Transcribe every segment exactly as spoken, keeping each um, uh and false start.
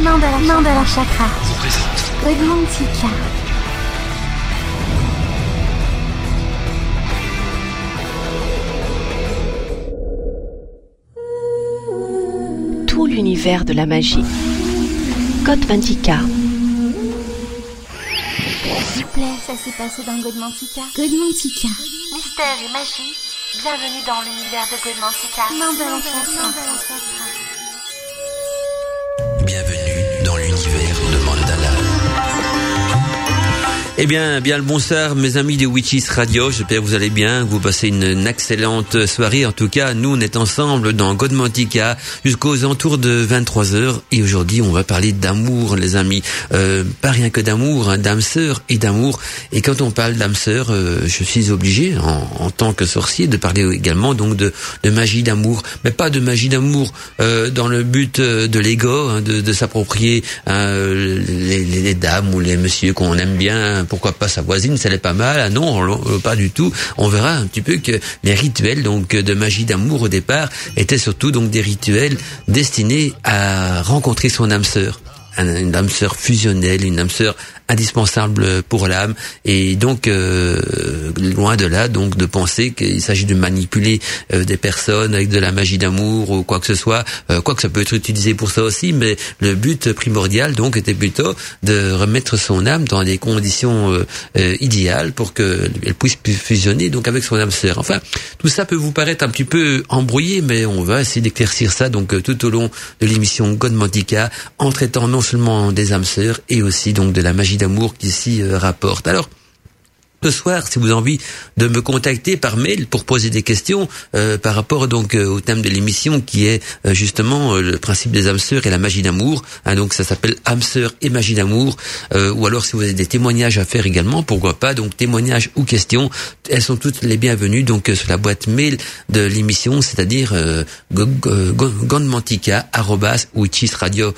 Mandala, Mandala Chakra Godmantika. Tout l'univers de la magie. Godmantika. S'il vous plaît, ça s'est passé dans Godmantika. Godmantika. Mystère et magie, bienvenue dans l'univers de Godmantika. Mandala Chakra. Bienvenue dans l'univers de Mandala. Eh bien, bien le bonsoir, mes amis de Witches Radio. J'espère que vous allez bien, que vous passez une, une excellente soirée. En tout cas, nous, on est ensemble dans Godmantika jusqu'aux alentours de vingt-trois heures. Et aujourd'hui, on va parler d'amour, les amis. Euh, pas rien que d'amour, hein, d'âme sœur et d'amour. Et quand on parle d'âme sœur, euh, je suis obligé, en, en tant que sorcier, de parler également donc de, de magie d'amour. Mais pas de magie d'amour euh, dans le but de l'ego, hein, de, de s'approprier euh, les, les, les dames ou les messieurs qu'on aime bien. Pourquoi pas sa voisine, ça l'est pas mal. Ah non, pas du tout. On verra un petit peu que les rituels donc de magie d'amour au départ étaient surtout donc des rituels destinés à rencontrer son âme sœur. Une âme sœur fusionnelle, une âme sœur indispensable pour l'âme, et donc euh, loin de là donc de penser qu'il s'agit de manipuler euh, des personnes avec de la magie d'amour ou quoi que ce soit, euh, quoi que ça peut être utilisé pour ça aussi, mais le but primordial donc était plutôt de remettre son âme dans des conditions euh, euh, idéales pour qu'elle puisse fusionner donc avec son âme sœur. Enfin, tout ça peut vous paraître un petit peu embrouillé, mais on va essayer d'éclaircir ça donc euh, tout au long de l'émission Godmantika, en traitant non seulement des âmes sœurs et aussi donc de la magie d'amour qui s'y euh, rapporte. Alors, ce soir, si vous avez envie de me contacter par mail pour poser des questions euh, par rapport donc euh, au thème de l'émission qui est euh, justement euh, le principe des âmes sœurs et la magie d'amour, hein, donc ça s'appelle âmes sœurs et magie d'amour, euh, ou alors si vous avez des témoignages à faire également, pourquoi pas, donc témoignages ou questions, elles sont toutes les bienvenues donc euh, sur la boîte mail de l'émission, c'est-à-dire euh, godmantika arobase witches radio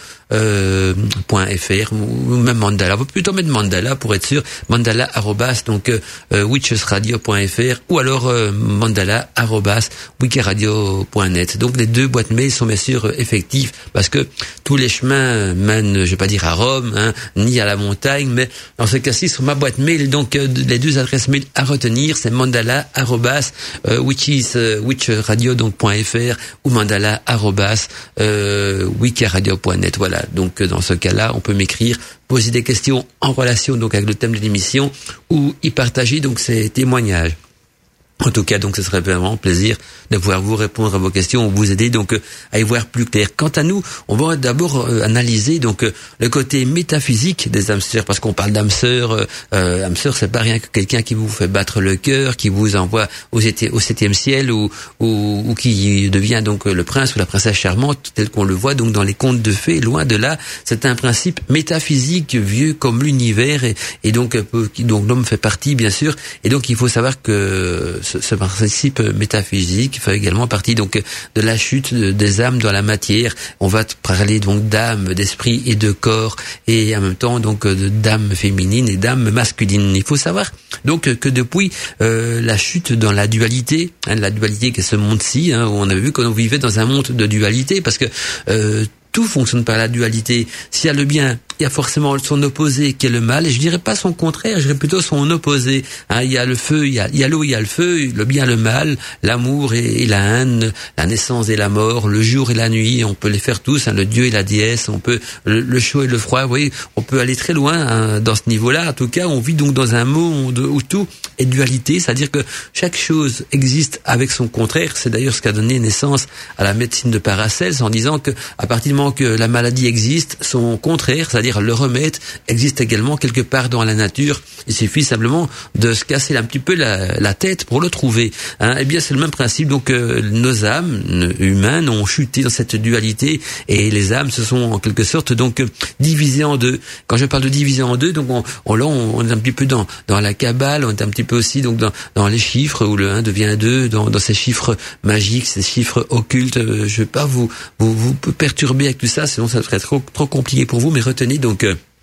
point f r ou même Mandala, vous pouvez plutôt mettre Mandala pour être sûr, Mandala arobase donc euh, witches radio point f r ou alors euh, mandala arobase wikiradio point net. Donc les deux boîtes mail sont bien sûr euh, effectives parce que tous les chemins mènent, je vais pas dire à Rome, hein, ni à la montagne, mais dans ce cas-ci sur ma boîte mail, donc euh, les deux adresses mail à retenir, c'est mandala arobase euh, witches euh, witchradio donc point f r ou mandala arobase euh, wikiradio point net. Voilà. Donc dans ce cas-là, on peut m'écrire, poser des questions en relation donc avec le thème de l'émission ou y partager donc ces témoignages. En tout cas, donc, ce serait vraiment un plaisir de pouvoir vous répondre à vos questions ou vous aider donc à y voir plus clair. Quant à nous, on va d'abord euh, analyser donc euh, le côté métaphysique des âmes sœurs, parce qu'on parle d'âmes sœurs. Euh, âme sœur, c'est pas rien que quelqu'un qui vous fait battre le cœur, qui vous envoie au, au septième ciel ou, ou, ou qui devient donc le prince ou la princesse charmante, tel qu'on le voit donc dans les contes de fées. Loin de là, c'est un principe métaphysique vieux comme l'univers et, et donc euh, donc l'homme fait partie bien sûr. Et donc il faut savoir que ce principe métaphysique fait également partie donc de la chute des âmes dans la matière. On va parler donc d'âme, d'esprit et de corps, et en même temps donc de d'âme féminine et d'âme masculine. Il faut savoir donc que depuis euh, la chute dans la dualité, hein, la dualité qui est ce monde-ci, hein, où on avait vu qu'on vivait dans un monde de dualité, parce que euh, tout fonctionne par la dualité. S'il y a le bien, il y a forcément son opposé qui est le mal, et je dirais pas son contraire, je dirais plutôt son opposé. Hein, il y a le feu, il y a, il y a l'eau, il y a le feu, le bien, le mal, l'amour et, et la haine, la naissance et la mort, le jour et la nuit, on peut les faire tous, hein, le dieu et la déesse, on peut le, le chaud et le froid, vous voyez, on peut aller très loin hein, dans ce niveau-là. En tout cas, on vit donc dans un monde où tout est dualité, c'est-à-dire que chaque chose existe avec son contraire. C'est d'ailleurs ce qui a donné naissance à la médecine de Paracelse, en disant que à partir du moment que la maladie existe, son contraire, c'est-à-dire le remède, existe également quelque part dans la nature. Il suffit simplement de se casser un petit peu la, la tête pour le trouver. Hein. Eh bien, c'est le même principe. Donc, euh, nos âmes humaines ont chuté dans cette dualité, et les âmes se sont en quelque sorte donc divisées en deux. Quand je parle de diviser en deux, donc on, on, là, on, on est un petit peu dans dans la Kabbale, on est un petit peu aussi donc dans dans les chiffres où le un devient deux, dans dans ces chiffres magiques, ces chiffres occultes. Euh, je vais pas vous vous vous perturber avec tout ça, sinon ça serait trop trop compliqué pour vous, mais retenez donc euh,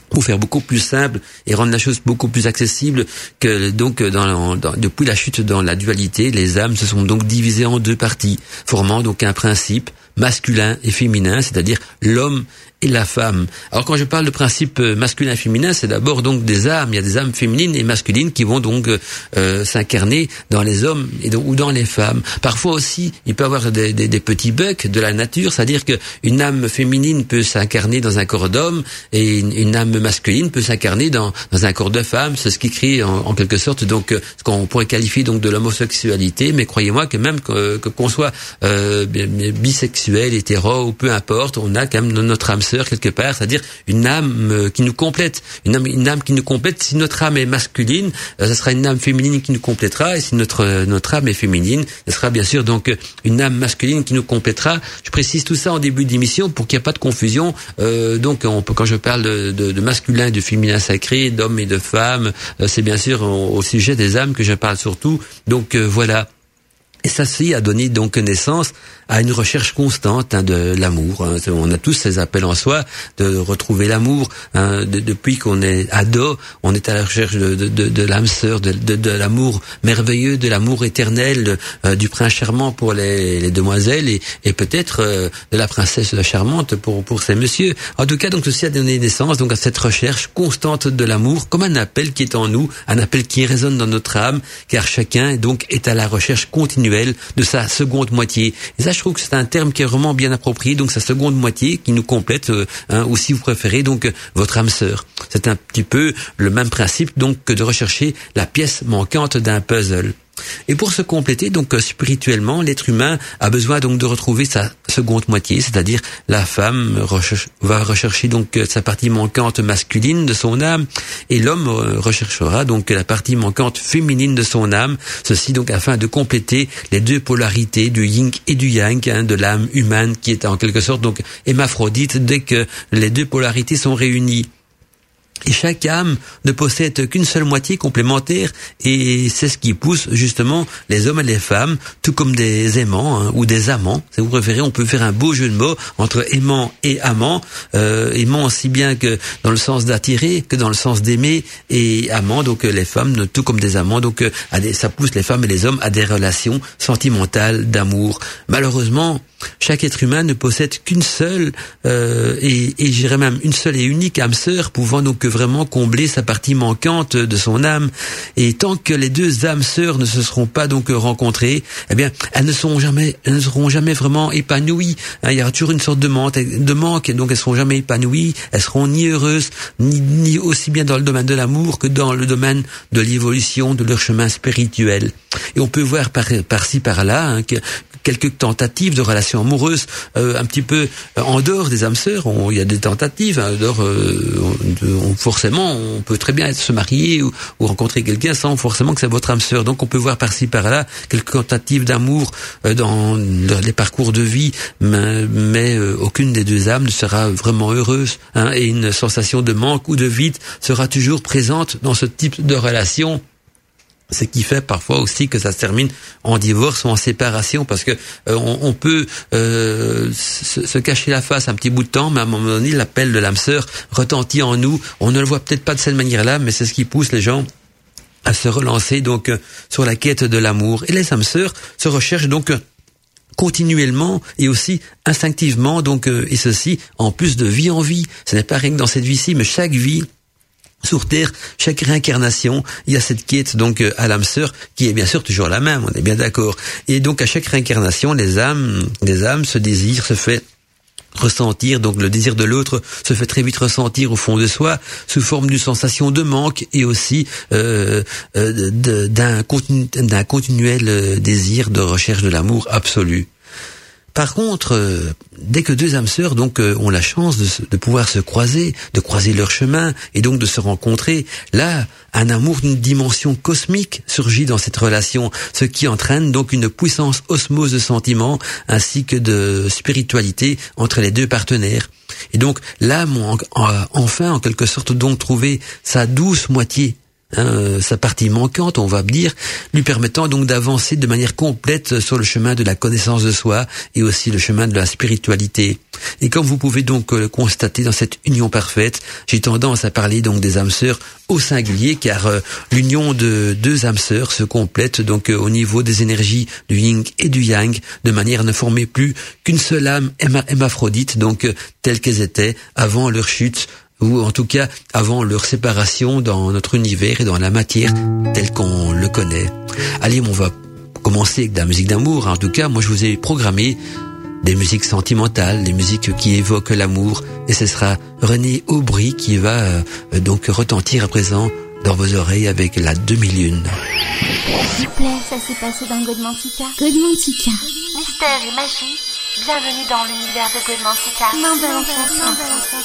pour faire beaucoup plus simple et rendre la chose beaucoup plus accessible que donc dans, dans depuis la chute dans la dualité, les âmes se sont donc divisées en deux parties, formant donc un principe masculin et féminin, c'est-à-dire l'homme et la femme. Alors quand je parle de principe masculin et féminin, c'est d'abord donc des âmes. Il y a des âmes féminines et masculines qui vont donc euh, s'incarner dans les hommes et dans, ou dans les femmes. Parfois aussi, il peut y avoir des, des, des petits bugs de la nature, c'est-à-dire que une âme féminine peut s'incarner dans un corps d'homme et une, une âme masculine peut s'incarner dans, dans un corps de femme. C'est ce qui crée en, en quelque sorte donc ce qu'on pourrait qualifier donc de l'homosexualité. Mais croyez-moi que même que, que qu'on soit euh, bisexuel, hétéro ou peu importe, on a quand même notre âme sœur quelque part, c'est-à-dire une âme qui nous complète, une âme, une âme qui nous complète. Si notre âme est masculine, euh, ça sera une âme féminine qui nous complétera, et si notre euh, notre âme est féminine, ce sera bien sûr donc une âme masculine qui nous complétera. Je précise tout ça en début d'émission pour qu'il n'y ait pas de confusion. Euh, donc on peut, quand je parle de, de, de masculin et de féminin sacré, d'hommes et de femmes, euh, c'est bien sûr au, au sujet des âmes que je parle surtout. Donc euh, voilà. Et ça, ci a donné donc naissance à une recherche constante hein, de l'amour. Hein. On a tous ces appels en soi de retrouver l'amour. Hein. De, depuis qu'on est ado, on est à la recherche de, de, de, de l'âme sœur, de, de, de l'amour merveilleux, de l'amour éternel, euh, du prince charmant pour les, les demoiselles et, et peut-être euh, de la princesse charmante pour pour ces messieurs. En tout cas, donc ceci a donné naissance donc à cette recherche constante de l'amour, comme un appel qui est en nous, un appel qui résonne dans notre âme, car chacun donc est à la recherche continue de sa seconde moitié. Et ça, je trouve que c'est un terme qui est vraiment bien approprié, donc sa seconde moitié qui nous complète, euh, hein, ou si vous préférez, donc euh, votre âme sœur. C'est un petit peu le même principe donc que de rechercher la pièce manquante d'un puzzle. Et pour se compléter donc spirituellement, l'être humain a besoin donc de retrouver sa seconde moitié, c'est-à-dire la femme recherche, va rechercher donc sa partie manquante masculine de son âme, et l'homme recherchera donc la partie manquante féminine de son âme. Ceci donc afin de compléter les deux polarités du yin et du yang, hein, de l'âme humaine qui est en quelque sorte donc hémaphrodite dès que les deux polarités sont réunies. Et chaque âme ne possède qu'une seule moitié complémentaire, et c'est ce qui pousse justement les hommes et les femmes, tout comme des aimants hein, ou des amants. Si vous préférez, on peut faire un beau jeu de mots entre aimant et amant. Euh, aimant aussi bien que dans le sens d'attirer que dans le sens d'aimer, et amant donc les femmes, tout comme des amants. Donc à des, ça pousse les femmes et les hommes à des relations sentimentales d'amour. Malheureusement, chaque être humain ne possède qu'une seule euh, et, et je dirais même une seule et unique âme sœur, pouvant donc vraiment combler sa partie manquante de son âme. Et tant que les deux âmes sœurs ne se seront pas donc rencontrées, eh bien elles ne seront jamais, elles ne seront jamais vraiment épanouies. Hein, il y aura toujours une sorte de manque, de manque, et donc elles seront jamais épanouies. Elles seront ni heureuses, ni, ni aussi bien dans le domaine de l'amour que dans le domaine de l'évolution de leur chemin spirituel. Et on peut voir par par-ci par-là hein, que quelques tentatives de relations amoureuses euh, un petit peu euh, en dehors des âmes sœurs. Il y a des tentatives hein, dehors, euh, on, on, forcément on peut très bien être, se marier ou, ou rencontrer quelqu'un sans forcément que c'est votre âme sœur. Donc on peut voir par-ci par-là quelques tentatives d'amour euh, dans le, les parcours de vie, mais, mais euh, aucune des deux âmes ne sera vraiment heureuse hein, et une sensation de manque ou de vide sera toujours présente dans ce type de relation. Ce qui fait parfois aussi que ça se termine en divorce ou en séparation, parce que euh, on, on peut euh, se, se cacher la face un petit bout de temps, mais à un moment donné, l'appel de l'âme sœur retentit en nous. On ne le voit peut-être pas de cette manière-là, mais c'est ce qui pousse les gens à se relancer donc euh, sur la quête de l'amour. Et les âmes sœurs se recherchent donc euh, continuellement et aussi instinctivement, donc euh, et ceci en plus de vie en vie. Ce n'est pas rien que dans cette vie-ci, mais chaque vie sur Terre, chaque réincarnation, il y a cette quête donc à l'âme sœur qui est bien sûr toujours la même, on est bien d'accord. Et donc à chaque réincarnation, les âmes, les âmes se désirent, se fait ressentir, donc le désir de l'autre se fait très vite ressentir au fond de soi sous forme d'une sensation de manque et aussi euh, euh, de, d'un, continu, d'un continuel désir de recherche de l'amour absolu. Par contre, euh, dès que deux âmes sœurs donc euh, ont la chance de, de pouvoir se croiser, de croiser leur chemin et donc de se rencontrer, là, un amour d'une dimension cosmique surgit dans cette relation, ce qui entraîne donc une puissance osmose de sentiments ainsi que de spiritualité entre les deux partenaires. Et donc l'âme a enfin en quelque sorte donc trouvé sa douce moitié hein, sa partie manquante, on va dire, lui permettant donc d'avancer de manière complète sur le chemin de la connaissance de soi et aussi le chemin de la spiritualité. Et comme vous pouvez donc le constater dans cette union parfaite, j'ai tendance à parler donc des âmes sœurs au singulier, car euh, l'union de deux âmes sœurs se complète donc euh, au niveau des énergies du yin et du yang, de manière à ne former plus qu'une seule âme hermaphrodite, donc euh, telles qu'elles étaient avant leur chute, ou en tout cas avant leur séparation dans notre univers et dans la matière telle qu'on le connaît. Allez, on va commencer avec de la musique d'amour. En tout cas, moi je vous ai programmé des musiques sentimentales, des musiques qui évoquent l'amour, et ce sera René Aubry qui va euh, donc retentir à présent dans vos oreilles avec la demi-lune. S'il vous plaît, ça s'est passé dans Godmantica. Godmantica. Mystère et magie, bienvenue dans l'univers de Godmantica. Main de l'ancêtre.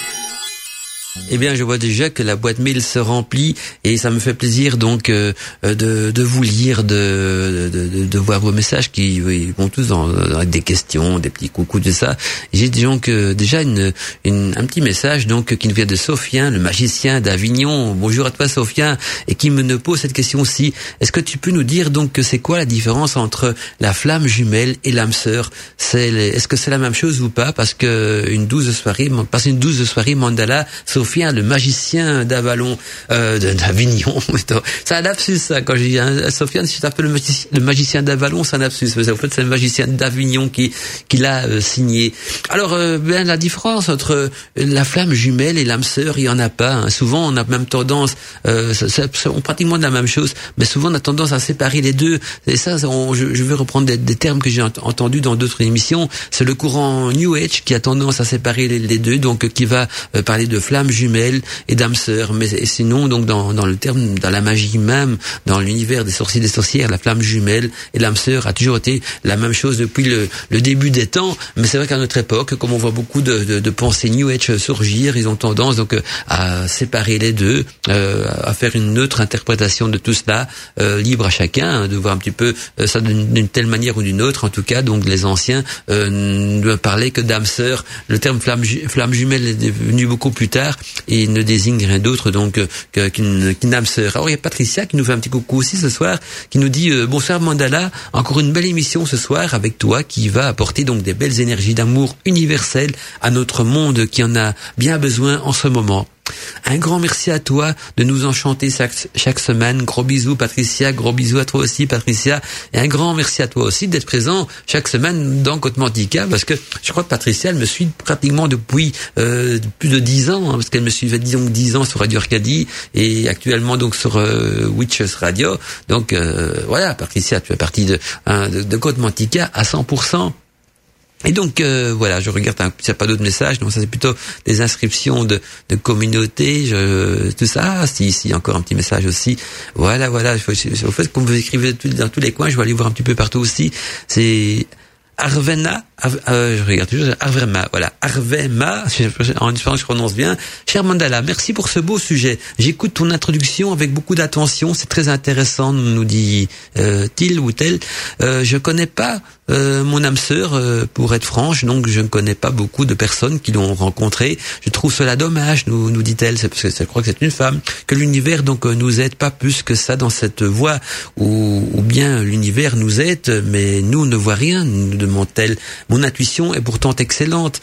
Eh bien, je vois déjà que la boîte mail se remplit et ça me fait plaisir donc euh, de, de vous lire, de, de, de, de voir vos messages qui oui, vont tous dans, dans des questions, des petits coucous, tout ça. J'ai donc euh, déjà une, une, un petit message donc qui nous vient de Sophien, le magicien d'Avignon. Bonjour à toi, Sophien, et qui me pose cette question-ci. Est-ce que tu peux nous dire donc que c'est quoi la différence entre la flamme jumelle et l'âme sœur? C'est, est-ce que c'est la même chose ou pas? Parce que une douze soirée, passer une douze soirée mandala, Sophien, le magicien d'Avalon, euh, d'Avignon. C'est un lapsus, ça, quand j'ai dit, hein, Sofiane, si je t'appelle le magicien, le magicien d'Avalon, c'est un lapsus. Mais en fait, c'est le magicien d'Avignon qui, qui l'a euh, signé. Alors, euh, ben, la différence entre la flamme jumelle et l'âme sœur, il y en a pas, hein. Souvent, on a même tendance, euh, c'est, c'est, on pratiquement de la même chose, mais souvent, on a tendance à séparer les deux. Et ça, on, je, je vais reprendre des, des termes que j'ai ent- entendus dans d'autres émissions. C'est le courant New Age qui a tendance à séparer les, les deux, donc, qui va euh, parler de flamme jumelle et d'âme sœur. Mais et sinon, donc dans, dans le terme, dans la magie même, dans l'univers des sorciers et des sorcières, la flamme jumelle et l'âme sœur a toujours été la même chose depuis le, le début des temps. Mais c'est vrai qu'à notre époque, comme on voit beaucoup de, de, de pensées New Age surgir, ils ont tendance donc à séparer les deux, euh, à faire une neutre interprétation de tout cela, euh, libre à chacun, hein, de voir un petit peu euh, ça d'une, d'une telle manière ou d'une autre. En tout cas, donc les anciens euh, ne parlaient que d'âme sœur. Le terme flamme, flamme jumelle est venu beaucoup plus tard et ne désigne rien d'autre donc euh, qu'une, qu'une âme sœur. Alors il y a Patricia qui nous fait un petit coucou aussi ce soir, qui nous dit euh, bonsoir Mandala, encore une belle émission ce soir avec toi qui va apporter donc des belles énergies d'amour universel à notre monde qui en a bien besoin en ce moment. Un grand merci à toi de nous enchanter chaque, chaque semaine. Gros bisous Patricia, gros bisous à toi aussi Patricia, et un grand merci à toi aussi d'être présent chaque semaine dans Godmantica, parce que je crois que Patricia elle me suit pratiquement depuis euh, plus de dix ans, hein, parce qu'elle me suivait disons dix ans sur Radio Arcadie et actuellement donc sur euh, Witches Radio. Donc euh, voilà Patricia, tu fais partie de, hein, de, de Godmantica à cent pour cent. Et donc euh, voilà, je regarde, il n'y a pas d'autres messages, donc ça c'est plutôt des inscriptions de, de communauté, je, tout ça. Ah, si, si, encore un petit message aussi. Voilà, voilà. Au fait, comme vous écrivez dans tous les coins, je vais aller voir un petit peu partout aussi. C'est Arvena, euh, je regarde toujours, Arvema, voilà, Arvema, en espérant que je prononce bien. Cher Mandala, merci pour ce beau sujet. J'écoute ton introduction avec beaucoup d'attention, c'est très intéressant, nous dit euh, Til ou Tel. Euh, je connais pas euh, mon âme sœur, euh, pour être franche, donc je ne connais pas beaucoup de personnes qui l'ont rencontrée. Je trouve cela dommage, nous, nous dit-elle, c'est parce que je crois que c'est une femme, que l'univers donc nous aide pas plus que ça dans cette voie, ou, ou bien l'univers nous aide, mais nous ne voit rien, nous demande-t-elle. Mon intuition est pourtant excellente.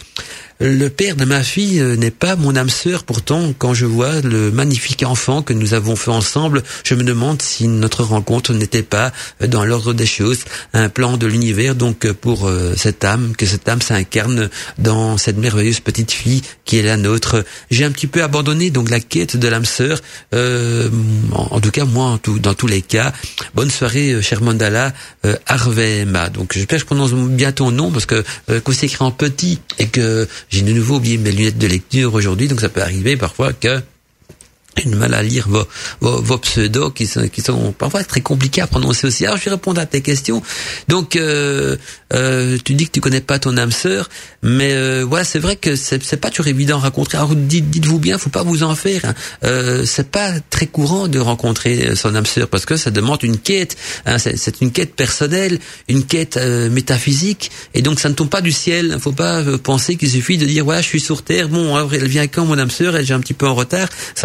Le père de ma fille n'est pas mon âme sœur, pourtant, quand je vois le magnifique enfant que nous avons fait ensemble, je me demande si notre rencontre n'était pas, dans l'ordre des choses, un plan de l'univers, donc pour euh, cette âme, que cette âme s'incarne dans cette merveilleuse petite fille qui est la nôtre. J'ai un petit peu abandonné donc la quête de l'âme sœur, euh, en, en tout cas moi, en tout, dans tous les cas. Bonne soirée, cher Mandala, euh, Arvema. Donc j'espère que je prononce bien ton nom, parce que euh, quand c'est écrit en petit et que j'ai de nouveau oublié mes lunettes de lecture aujourd'hui, donc ça peut arriver parfois que j'ai du mal à lire vos, vos, vos pseudos qui sont, qui sont parfois très compliqués à prononcer aussi. Alors je vais répondre à tes questions. Donc euh, euh, tu dis que tu connais pas ton âme sœur, mais euh, voilà, c'est vrai que c'est, c'est pas toujours évident à rencontrer. Alors dites, dites-vous bien, faut pas vous en faire. Hein. Euh, c'est pas très courant de rencontrer son âme sœur, parce que ça demande une quête. Hein, c'est, c'est une quête personnelle, une quête euh, métaphysique, et donc ça ne tombe pas du ciel. Faut pas euh, penser qu'il suffit de dire voilà, je suis sur terre. Bon, alors elle vient quand mon âme sœur? Elle est déjà un petit peu en retard. Ça fait déjà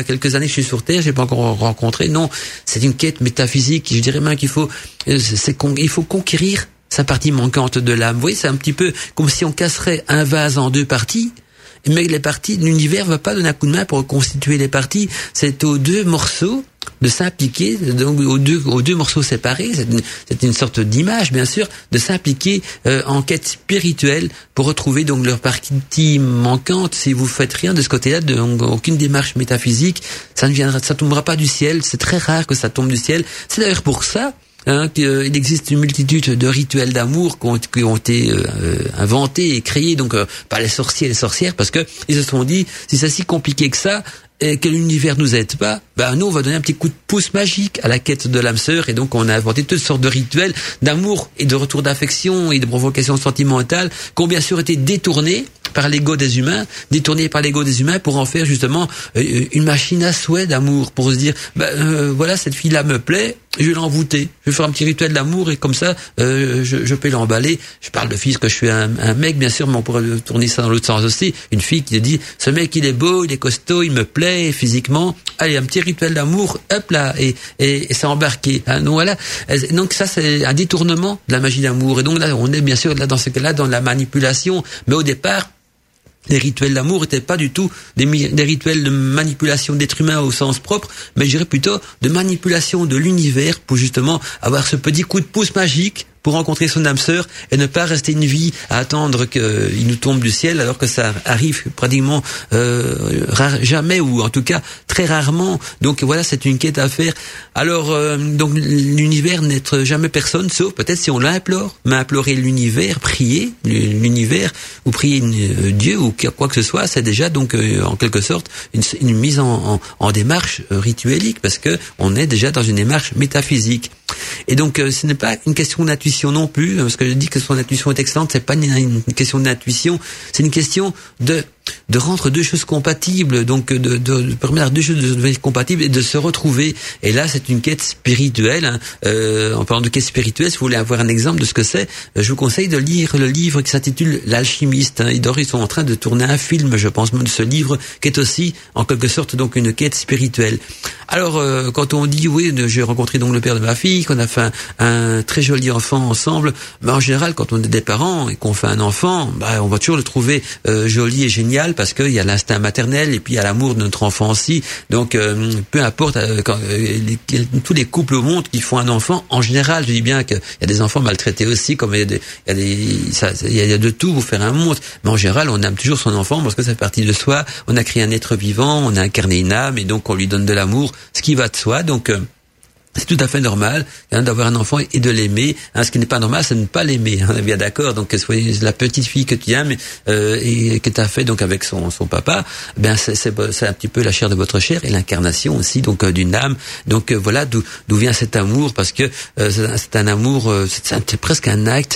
voilà quelques années que je suis sur Terre, j'ai pas encore rencontré. Non, c'est une quête métaphysique. Je dirais même qu'il faut, c'est il faut conquérir sa partie manquante de l'âme. Vous voyez, c'est un petit peu comme si on casserait un vase en deux parties. Mais les parties, l'univers va pas donner un coup de main pour reconstituer les parties. C'est aux deux morceaux de s'impliquer, donc aux deux, aux deux morceaux séparés. C'est une, c'est une sorte d'image, bien sûr, de s'impliquer euh, en quête spirituelle pour retrouver donc leur partie manquante. Si vous faites rien de ce côté-là, de, donc, aucune démarche métaphysique, ça ne viendra, ça tombera pas du ciel. C'est très rare que ça tombe du ciel. C'est d'ailleurs pour ça. Hein, qu'il existe une multitude de rituels d'amour qui ont, qui ont été euh, inventés et créés donc euh, par les sorciers et les sorcières, parce que ils se sont dit, si c'est si compliqué que ça et que l'univers nous aide pas, ben nous on va donner un petit coup de pouce magique à la quête de l'âme sœur, et donc on a inventé toutes sortes de rituels d'amour et de retour d'affection et de provocation sentimentale qui ont bien sûr été détournés par l'ego des humains, détournés par l'ego des humains pour en faire justement euh, une machine à souhait d'amour, pour se dire, ben euh, voilà, cette fille-là me plaît, je vais l'envoûter, je vais faire un petit rituel d'amour et comme ça, euh, je, je peux l'emballer. Je parle de fille, que je suis un, un mec, bien sûr, mais on pourrait tourner ça dans l'autre sens aussi. Une fille qui dit, ce mec, il est beau, il est costaud, il me plaît physiquement. Allez, un petit rituel d'amour, hop là, et, et, et c'est embarqué. Hein, donc voilà. Donc ça, c'est un détournement de la magie d'amour. Et donc là, on est bien sûr là dans ce cas-là dans la manipulation. Mais au départ, les rituels d'amour n'étaient pas du tout des, des rituels de manipulation d'êtres humains au sens propre, mais je dirais plutôt de manipulation de l'univers pour justement avoir ce petit coup de pouce magique pour rencontrer son âme sœur et ne pas rester une vie à attendre qu'il nous tombe du ciel, alors que ça arrive pratiquement euh, rare, jamais, ou en tout cas très rarement. Donc voilà, c'est une quête à faire. Alors euh, donc l'univers n'être jamais personne, sauf peut-être si on l'implore, mais implorer l'univers, prier l'univers ou prier une, euh, Dieu ou quoi que ce soit, c'est déjà donc euh, en quelque sorte une, une mise en, en, en démarche euh, rituelique, parce que on est déjà dans une démarche métaphysique. Et donc euh, ce n'est pas une question d'intuition non plus, parce que je dis que son intuition est excellente, c'est pas une, une question d'intuition, c'est une question de de rendre deux choses compatibles, donc de, de, de permettre à deux choses de devenir compatibles et de se retrouver. Et là, c'est une quête spirituelle. Hein. Euh, en parlant de quête spirituelle, si vous voulez avoir un exemple de ce que c'est, je vous conseille de lire le livre qui s'intitule L'Alchimiste. Hein. Ils sont en train de tourner un film, je pense, de ce livre, qui est aussi, en quelque sorte, donc une quête spirituelle. Alors, euh, quand on dit, oui, j'ai rencontré donc le père de ma fille, qu'on a fait un, un très joli enfant ensemble, ben, en général, quand on est des parents et qu'on fait un enfant, ben, on va toujours le trouver euh, joli et génial, parce qu'il y a l'instinct maternel et puis il y a l'amour de notre enfant aussi. Donc euh, peu importe euh, quand, euh, les, tous les couples au monde qui font un enfant, en général, je dis bien qu'il y a des enfants maltraités aussi, comme il y a, des, il y a, des, ça, il y a de tout pour faire un monde, mais en général on aime toujours son enfant parce que ça fait partie de soi. On a créé un être vivant, on a incarné une âme et donc on lui donne de l'amour, ce qui va de soi. Donc euh, c'est tout à fait normal hein, d'avoir un enfant et de l'aimer. Hein, ce qui n'est pas normal, c'est de ne pas l'aimer. Hein, on est bien d'accord. Donc, soyez la petite fille que tu aimes euh, et que tu as fait donc avec son, son papa, ben c'est, c'est, c'est un petit peu la chair de votre chair et l'incarnation aussi donc euh, d'une âme. Donc euh, voilà d'où, d'où vient cet amour, parce que euh, c'est, c'est un amour, euh, c'est, c'est presque un acte,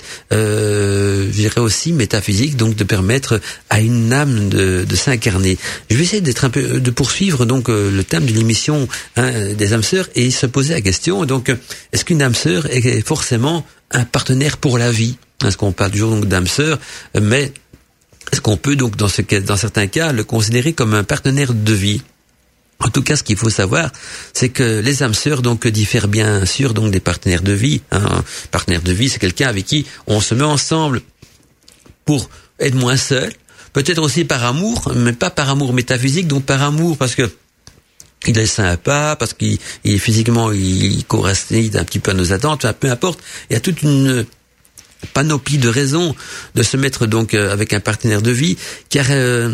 euh, je dirais aussi métaphysique, donc de permettre à une âme de, de s'incarner. Je vais essayer d'être un peu, de poursuivre donc euh, le thème de l'émission hein, des âmes sœurs et se poser la question, donc, est-ce qu'une âme sœur est forcément un partenaire pour la vie? Est-ce qu'on parle toujours donc d'âme sœur, mais est-ce qu'on peut donc dans ce cas, dans certains cas, le considérer comme un partenaire de vie? En tout cas, ce qu'il faut savoir, c'est que les âmes sœurs donc diffèrent bien sûr donc des partenaires de vie. Hein. Un partenaire de vie, c'est quelqu'un avec qui on se met ensemble pour être moins seul, peut-être aussi par amour, mais pas par amour métaphysique, donc par amour parce que il est sympa, parce qu'il il, physiquement il correspond un petit peu à nos attentes, enfin, peu importe. Il y a toute une panoplie de raisons de se mettre donc euh, avec un partenaire de vie, car euh,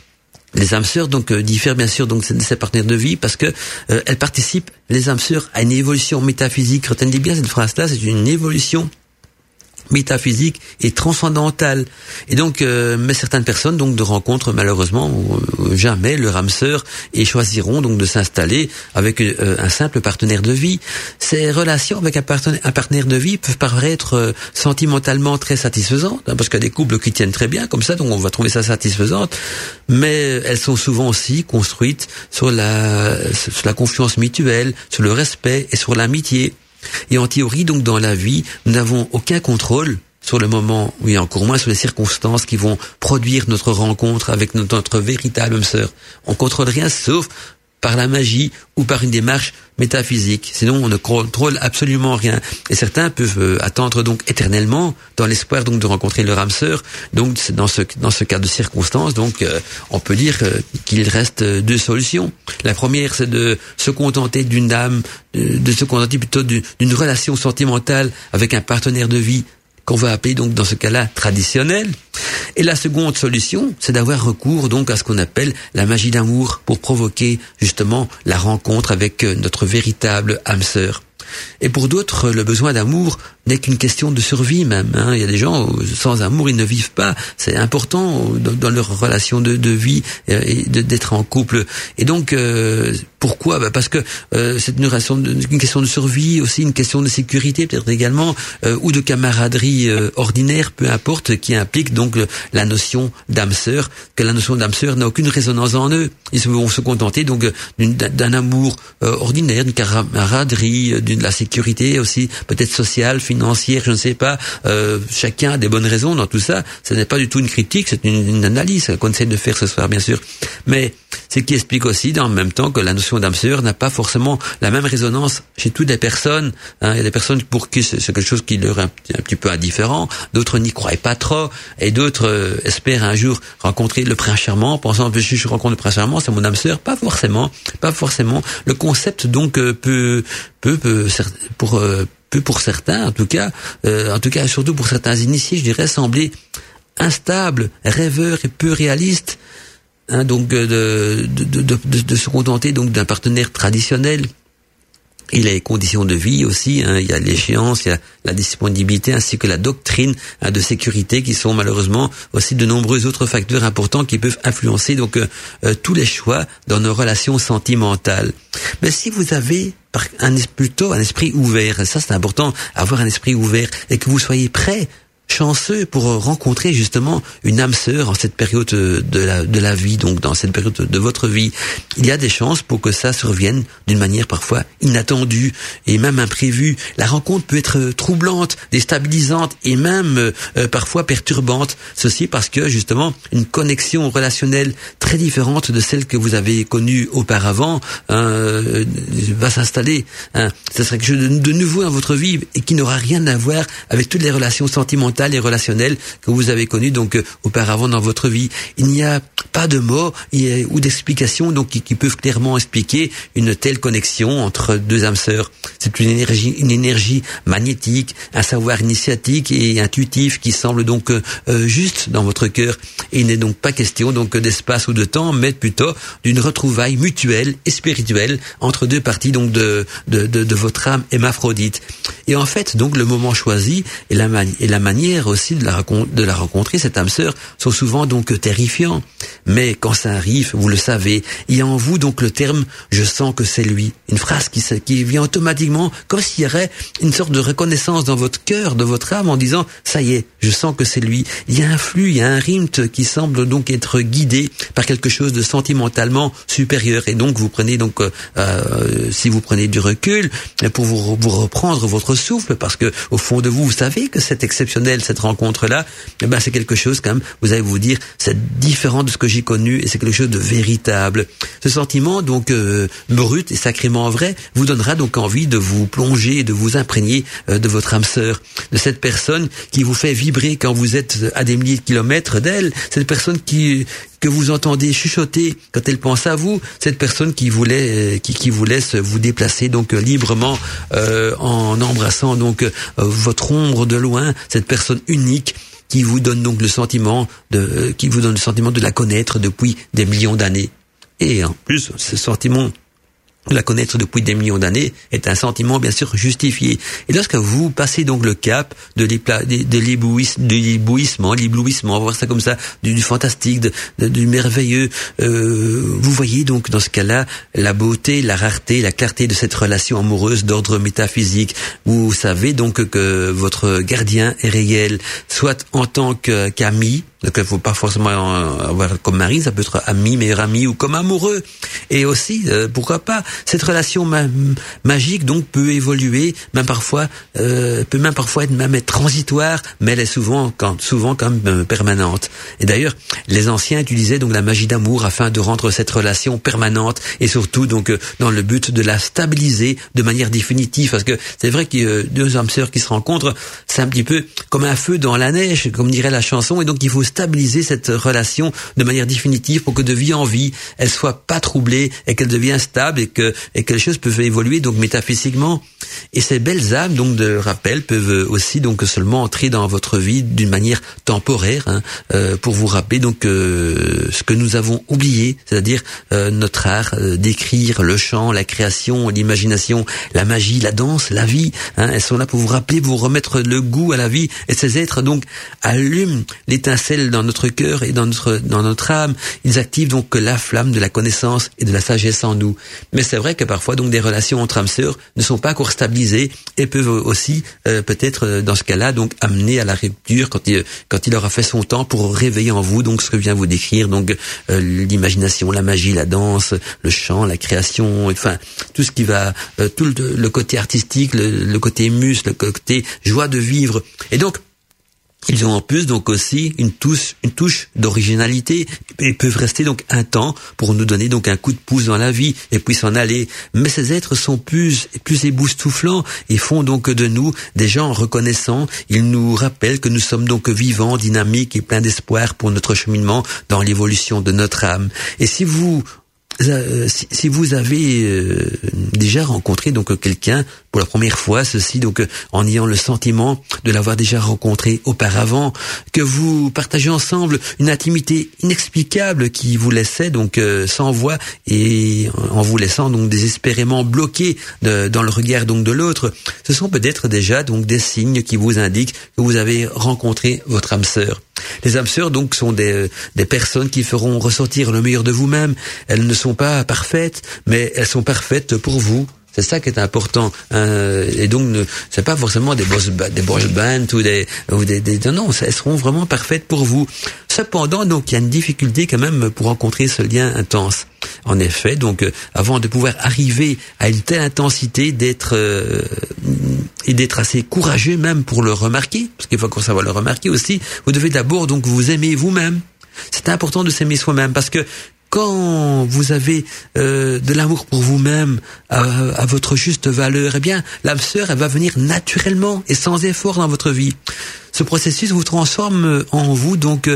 les âmes sœurs donc euh, diffèrent bien sûr donc de ces partenaires de vie parce que euh, elles participent, les âmes sœurs, à une évolution métaphysique. Retenez bien cette phrase-là, c'est une évolution métaphysique et transcendantale. Et donc, euh, mais certaines personnes donc de rencontrent malheureusement euh, jamais leur âme sœur et choisiront donc de s'installer avec euh, un simple partenaire de vie. Ces relations avec un partenaire, un partenaire de vie peuvent paraître euh, sentimentalement très satisfaisantes, hein, parce qu'il y a des couples qui tiennent très bien comme ça, donc on va trouver ça satisfaisante, mais elles sont souvent aussi construites sur la, sur la confiance mutuelle, sur le respect et sur l'amitié. Et en théorie, donc, dans la vie, nous n'avons aucun contrôle sur le moment, oui, encore moins sur les circonstances qui vont produire notre rencontre avec notre, notre véritable âme sœur. On contrôle rien sauf par la magie ou par une démarche métaphysique. Sinon, on ne contrôle absolument rien. Et certains peuvent euh, attendre donc éternellement dans l'espoir donc de rencontrer leur âme sœur. Donc, dans ce dans ce cas de circonstance, donc euh, on peut dire euh, qu'il reste euh, deux solutions. La première, c'est de se contenter d'une âme, de, de se contenter plutôt d'une, d'une relation sentimentale avec un partenaire de vie qu'on va appeler donc dans ce cas-là traditionnel. Et la seconde solution, c'est d'avoir recours donc à ce qu'on appelle la magie d'amour pour provoquer justement la rencontre avec notre véritable âme sœur. Et pour d'autres, le besoin d'amour n'est qu'une question de survie même. Hein. Il y a des gens, sans amour, ils ne vivent pas. C'est important dans, dans leur relation de, de vie et de, d'être en couple. Et donc, euh, pourquoi bah Parce que euh, c'est une, relation de, une question de survie, aussi une question de sécurité peut-être également, euh, ou de camaraderie euh, ordinaire, peu importe, qui implique donc le, la notion d'âme sœur, que la notion d'âme sœur n'a aucune résonance en eux. Ils vont se contenter donc d'une, d'un amour euh, ordinaire, d'une camaraderie, d'une de la sécurité aussi, peut-être sociale, financière, je ne sais pas. Euh, chacun a des bonnes raisons dans tout ça. Ce n'est pas du tout une critique, c'est une, une analyse qu'on essaie de faire ce soir, bien sûr. Mais ce qui explique aussi, dans le même temps, que la notion d'âme sœur n'a pas forcément la même résonance chez toutes les personnes. Hein. Il y a des personnes pour qui c'est, c'est quelque chose qui leur est un, un petit peu indifférent. D'autres n'y croient pas trop, et d'autres euh, espèrent un jour rencontrer le prince charmant, pensant que si je rencontre le prince charmant, c'est mon âme sœur. Pas forcément, pas forcément. Le concept donc euh, peut, peut, peut pour euh, peu pour certains, en tout cas, euh, en tout cas surtout pour certains initiés, je dirais, sembler instable, rêveur et peu réaliste. Hein, donc de de, de, de, de, de se contenter donc d'un partenaire traditionnel. Il y a les conditions de vie aussi, hein, il y a l'échéance, il y a la disponibilité ainsi que la doctrine hein, de sécurité qui sont malheureusement aussi de nombreux autres facteurs importants qui peuvent influencer donc euh, euh, tous les choix dans nos relations sentimentales. Mais si vous avez un, plutôt un esprit ouvert, et ça c'est important, avoir un esprit ouvert et que vous soyez prêt, chanceux pour rencontrer justement une âme sœur en cette période de la de la vie, donc dans cette période de votre vie, il y a des chances pour que ça survienne d'une manière parfois inattendue et même imprévue. La rencontre peut être troublante, déstabilisante et même euh, parfois perturbante. Ceci parce que justement une connexion relationnelle très différente de celle que vous avez connue auparavant euh, va s'installer. Hein. Ce serait quelque chose de, de nouveau dans votre vie et qui n'aura rien à voir avec toutes les relations sentimentales et relationnelles que vous avez connues donc euh, auparavant dans votre vie. Il n'y a pas de mots et, ou d'explications donc qui, qui peuvent clairement expliquer une telle connexion entre deux âmes sœurs. C'est une énergie, une énergie magnétique, un savoir initiatique et intuitif qui semble donc euh, juste dans votre cœur. Et il n'est donc pas question donc d'espace ou de temps, mais plutôt d'une retrouvaille mutuelle et spirituelle entre deux parties donc de de de, de votre âme hémaphrodite. Et en fait donc le moment choisi et la mani- et la manière aussi de la, de la rencontrer, cette âme sœur, sont souvent donc terrifiants. Mais quand ça arrive, vous le savez, il y a en vous donc le terme « je sens que c'est lui ». Une phrase qui, qui vient automatiquement, comme s'il y aurait une sorte de reconnaissance dans votre cœur, de votre âme, en disant « ça y est, je sens que c'est lui ». Il y a un flux, il y a un rythme qui semble donc être guidé par quelque chose de sentimentalement supérieur. Et donc vous prenez donc, euh, si vous prenez du recul, pour vous, vous reprendre votre souffle, parce que au fond de vous, vous savez que c'est exceptionnel, cette rencontre-là, eh ben c'est quelque chose quand même, vous allez vous dire, c'est différent de ce que j'ai connu et c'est quelque chose de véritable. Ce sentiment donc euh, brut et sacrément vrai vous donnera donc envie de vous plonger, de vous imprégner euh, de votre âme sœur, de cette personne qui vous fait vibrer quand vous êtes à des milliers de kilomètres d'elle, cette personne qui que vous entendez chuchoter quand elle pense à vous, cette personne qui voulait euh, qui, qui vous laisse vous déplacer donc euh, librement euh, en embrassant donc euh, votre ombre de loin, cette personne unique qui vous donne donc le sentiment de euh, qui vous donne le sentiment de la connaître depuis des millions d'années. Et en plus, ce sentiment de la connaître depuis des millions d'années est un sentiment bien sûr justifié. Et lorsque vous passez donc le cap de, l'épla, de, de, l'éblouissement, de l'éblouissement, l'éblouissement, on va voir ça comme ça, du, du fantastique, de, de, du merveilleux, euh, vous voyez donc dans ce cas-là la beauté, la rareté, la clarté de cette relation amoureuse d'ordre métaphysique. Vous savez donc que votre gardien est réel, soit en tant que, qu'ami, Donc il ne faut pas forcément avoir comme mari, ça peut être ami, meilleur ami ou comme amoureux. Et aussi, euh, pourquoi pas, cette relation ma- magique donc peut évoluer, même parfois, euh, peut même parfois être même être transitoire, mais elle est souvent, quand, souvent quand même euh, permanente. Et d'ailleurs, les anciens utilisaient donc la magie d'amour afin de rendre cette relation permanente et surtout donc euh, dans le but de la stabiliser de manière définitive. Parce que c'est vrai que euh, deux âmes sœurs qui se rencontrent, c'est un petit peu comme un feu dans la neige, comme dirait la chanson, et donc il faut stabiliser cette relation de manière définitive pour que de vie en vie, elle soit pas troublée et qu'elle devienne stable et que et que les choses peuvent évoluer donc métaphysiquement. Et ces belles âmes donc de rappel peuvent aussi donc seulement entrer dans votre vie d'une manière temporaire, hein, euh, pour vous rappeler donc euh, ce que nous avons oublié, c'est-à-dire euh, notre art euh, d'écrire, le chant, la création, l'imagination, la magie, la danse, la vie. Hein, elles sont là pour vous rappeler, vous remettre le goût à la vie. Et ces êtres donc allument l'étincelle dans notre cœur et dans notre dans notre âme. Ils activent donc la flamme de la connaissance et de la sagesse en nous. Mais c'est vrai que parfois donc des relations entre âmes sœurs ne sont pas encore stabilisées et peuvent aussi euh, peut-être euh, dans ce cas-là donc amener à la rupture quand il quand il aura fait son temps pour réveiller en vous donc ce que vient vous décrire donc euh, l'imagination, la magie, la danse, le chant, la création, enfin tout ce qui va euh, tout le, le côté artistique, le, le côté mus, le côté joie de vivre. Et donc ils ont en plus donc aussi une touche, une touche d'originalité et peuvent rester donc un temps pour nous donner donc un coup de pouce dans la vie et puis s'en aller. Mais ces êtres sont plus, plus éboustouflants et font donc de nous des gens reconnaissants. Ils nous rappellent que nous sommes donc vivants, dynamiques et pleins d'espoir pour notre cheminement dans l'évolution de notre âme. Et si vous Euh, si, si vous avez euh, déjà rencontré donc quelqu'un pour la première fois, ceci donc euh, en ayant le sentiment de l'avoir déjà rencontré auparavant, que vous partagez ensemble une intimité inexplicable qui vous laissait donc euh, sans voix et en vous laissant donc désespérément bloqué de, dans le regard donc de l'autre, ce sont peut-être déjà donc des signes qui vous indiquent que vous avez rencontré votre âme sœur. Les âmes sœurs donc sont des, des personnes qui feront ressortir le meilleur de vous-même. Elles ne sont pas parfaites, mais elles sont parfaites pour vous. C'est ça qui est important. Euh, et donc, ne, c'est pas forcément des boss, des boys bands ou des, ou des, des, non, elles seront vraiment parfaites pour vous. Cependant, donc, il y a une difficulté quand même pour rencontrer ce lien intense. En effet, donc, euh, avant de pouvoir arriver à une telle intensité, d'être euh, et d'être assez courageux même pour le remarquer, parce qu'il faut qu'on savoir le remarquer aussi. Vous devez d'abord donc vous aimer vous-même. C'est important de s'aimer soi-même parce que quand vous avez euh, de l'amour pour vous-même à, à votre juste valeur, eh bien, l'âme sœur, elle va venir naturellement et sans effort dans votre vie. Ce processus vous transforme en vous, donc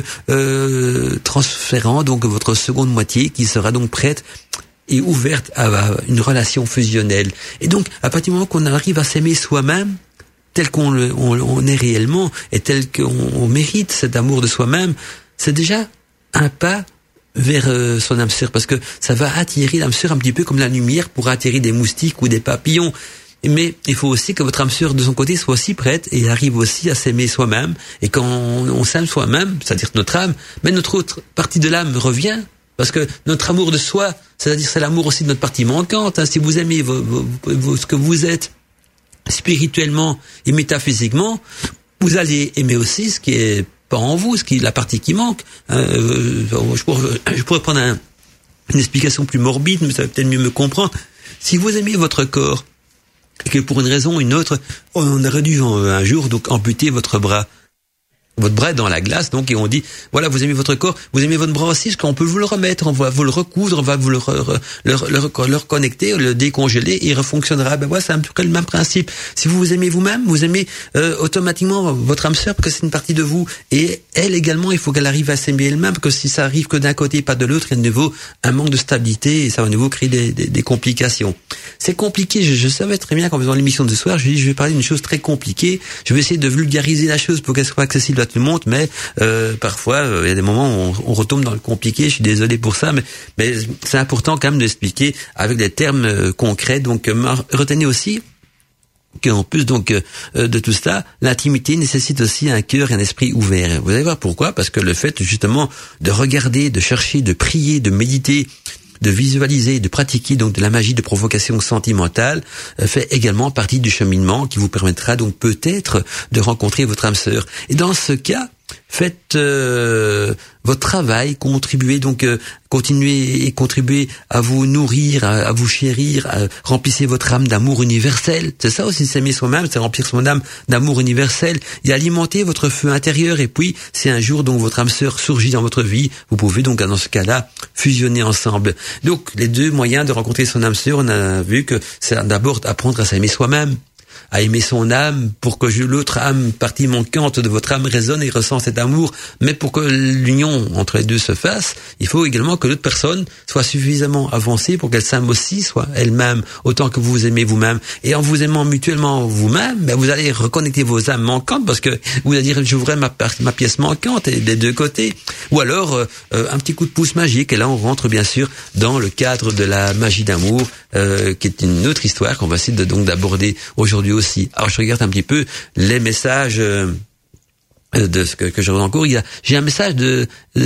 euh, transférant donc votre seconde moitié qui sera donc prête et ouverte à, à une relation fusionnelle. Et donc, à partir du moment qu'on arrive à s'aimer soi-même, tel qu'on le, on, on est réellement et tel qu'on on mérite cet amour de soi-même, c'est déjà un pas vers euh, son âme sœur, parce que ça va attirer l'âme sœur un petit peu comme la lumière pour attirer des moustiques ou des papillons. Mais il faut aussi que votre âme sœur de son côté soit aussi prête et arrive aussi à s'aimer soi-même. Et quand on, on s'aime soi-même, c'est-à-dire notre âme, mais notre autre partie de l'âme revient, parce que notre amour de soi, c'est-à-dire c'est l'amour aussi de notre partie manquante. Hein. Si vous aimez vos, vos, vos, ce que vous êtes spirituellement et métaphysiquement, vous allez aimer aussi ce qui est pas en vous, ce qui est la partie qui manque. Euh, je, pourrais, je pourrais prendre un, une explication plus morbide, mais ça va peut-être mieux me comprendre. Si vous aimez votre corps, et que pour une raison ou une autre, on aurait dû un jour donc amputer votre bras. Votre bras est dans la glace, donc, et on dit, voilà, vous aimez votre corps, vous aimez votre bras aussi, parce qu'on peut vous le remettre, on va vous le recoudre, on va vous le, re, re, le, le, le, le reconnecter, le décongeler, et il refonctionnera. Ben voilà, c'est un peu le même principe. Si vous vous aimez vous-même, vous aimez euh, automatiquement votre âme sœur, parce que c'est une partie de vous, et elle également, il faut qu'elle arrive à s'aimer elle-même, parce que si ça arrive que d'un côté et pas de l'autre, il y a de nouveau un manque de stabilité, et ça va de nouveau créer des, des, des complications. C'est compliqué, je, je savais très bien qu'en faisant l'émission de ce soir, je dis, je vais parler d'une chose très compliquée, je vais essayer de vulgariser la chose pour qu'elle soit accessible à tout le monde, mais euh, parfois il euh, y a des moments où on, on retombe dans le compliqué. Je suis désolé pour ça, mais, mais c'est important quand même d'expliquer avec des termes euh, concrets. Donc euh, retenez aussi qu'en plus donc euh, de tout ça, l'intimité nécessite aussi un cœur et un esprit ouvert. Vous allez voir pourquoi, parce que le fait justement de regarder, de chercher, de prier, de méditer, de visualiser, de pratiquer donc de la magie de provocation sentimentale euh, fait également partie du cheminement qui vous permettra donc peut-être de rencontrer votre âme sœur. Et dans ce cas, Faites euh, votre travail, contribuez donc, euh, continuez et contribuez à vous nourrir, à, à vous chérir, à, remplissez votre âme d'amour universel. C'est ça aussi, s'aimer soi-même, c'est remplir son âme d'amour universel et alimenter votre feu intérieur. Et puis, si un jour donc votre âme sœur surgit dans votre vie, vous pouvez donc dans ce cas-là fusionner ensemble. Donc, les deux moyens de rencontrer son âme sœur, on a vu que c'est d'abord apprendre à s'aimer soi-même, à aimer son âme, pour que l'autre âme, partie manquante de votre âme, résonne et ressent cet amour. Mais pour que l'union entre les deux se fasse, il faut également que l'autre personne soit suffisamment avancée pour qu'elle s'aime aussi, soit elle-même, autant que vous vous aimez vous-même. Et en vous aimant mutuellement vous-même, ben vous allez reconnecter vos âmes manquantes, parce que vous allez dire, j'ouvrais ma, ma pièce manquante et des deux côtés. Ou alors, euh, un petit coup de pouce magique, et là on rentre bien sûr dans le cadre de la magie d'amour, euh, qui est une autre histoire qu'on va essayer de, donc d'aborder aujourd'hui aussi. Alors je regarde un petit peu les messages euh, de ce que, que je reçois en cours. Il y a, j'ai un message de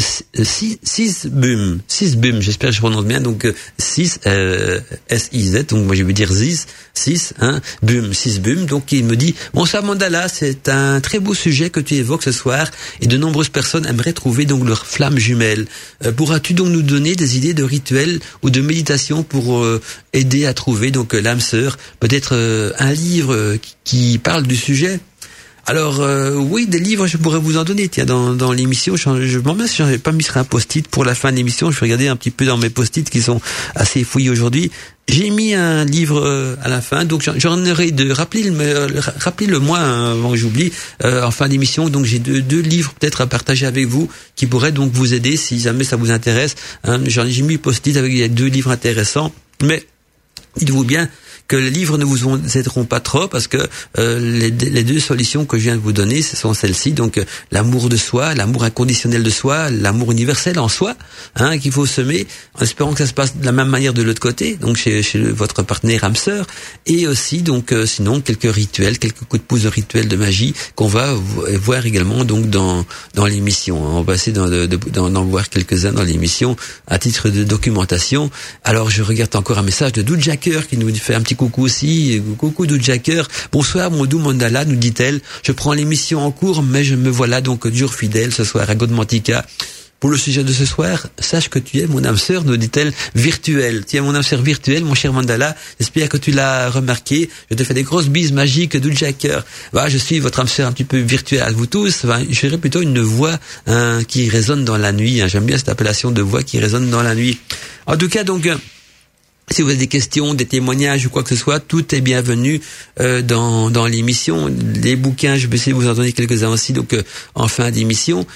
six Bum, six Bum, j'espère que je prononce bien, donc six euh, S I Z, donc moi je vais dire six, six, hein, Bum, six Bum, donc il me dit, bonsoir Mandala, c'est un très beau sujet que tu évoques ce soir, et de nombreuses personnes aimeraient trouver donc leur flamme jumelle. Euh, pourras-tu donc nous donner des idées de rituels ou de méditation pour euh, aider à trouver donc l'âme sœur, peut-être euh, un livre euh, qui, qui parle du sujet? Alors euh, oui, des livres, je pourrais vous en donner. Tiens, dans, dans l'émission, je, je m'en mets si j'en ai pas mis sur un post-it pour la fin de l'émission. Je vais regarder un petit peu dans mes post-it qui sont assez fouillés aujourd'hui. J'ai mis un livre euh, à la fin, donc j'en aurai deux. Rappelez-le, rappelez-le moi hein, avant que j'oublie euh, en fin d'émission. Donc j'ai deux, deux livres peut-être à partager avec vous qui pourraient donc vous aider si jamais ça vous intéresse. Hein, j'en j'ai mis post-it avec il y a deux livres intéressants, mais dites-vous bien que les livres ne vous aideront pas trop, parce que euh, les, les deux solutions que je viens de vous donner, ce sont celles-ci. Donc euh, l'amour de soi, l'amour inconditionnel de soi, l'amour universel en soi, hein, qu'il faut semer, en espérant que ça se passe de la même manière de l'autre côté, donc chez, chez votre partenaire âme sœur, et aussi donc euh, sinon quelques rituels, quelques coups de pouce de rituels de magie qu'on va voir également donc dans dans l'émission. On va essayer d'en, de, d'en, d'en voir quelques-uns dans l'émission à titre de documentation. Alors je regarde encore un message de Doud Jacker qui nous fait un petit coucou aussi, coucou Doud Jacker. Bonsoir mon doux Mandala, nous dit-elle. Je prends l'émission en cours, mais je me voilà donc toujours fidèle ce soir à Godmantica. Pour le sujet de ce soir, sache que tu es mon âme sœur, nous dit-elle, virtuelle. Tu es mon âme sœur virtuelle, mon cher Mandala. J'espère que tu l'as remarqué. Je te fais des grosses bises magiques, Doud Jacker. Voilà, je suis votre âme sœur un petit peu virtuelle à vous tous. Enfin, je dirais plutôt une voix hein, qui résonne dans la nuit. Hein. J'aime bien cette appellation de voix qui résonne dans la nuit. En tout cas, donc... si vous avez des questions, des témoignages ou quoi que ce soit, tout est bienvenu euh, dans dans l'émission. Les bouquins, je vais essayer de vous en donner quelques-uns aussi, donc euh, en fin d'émission.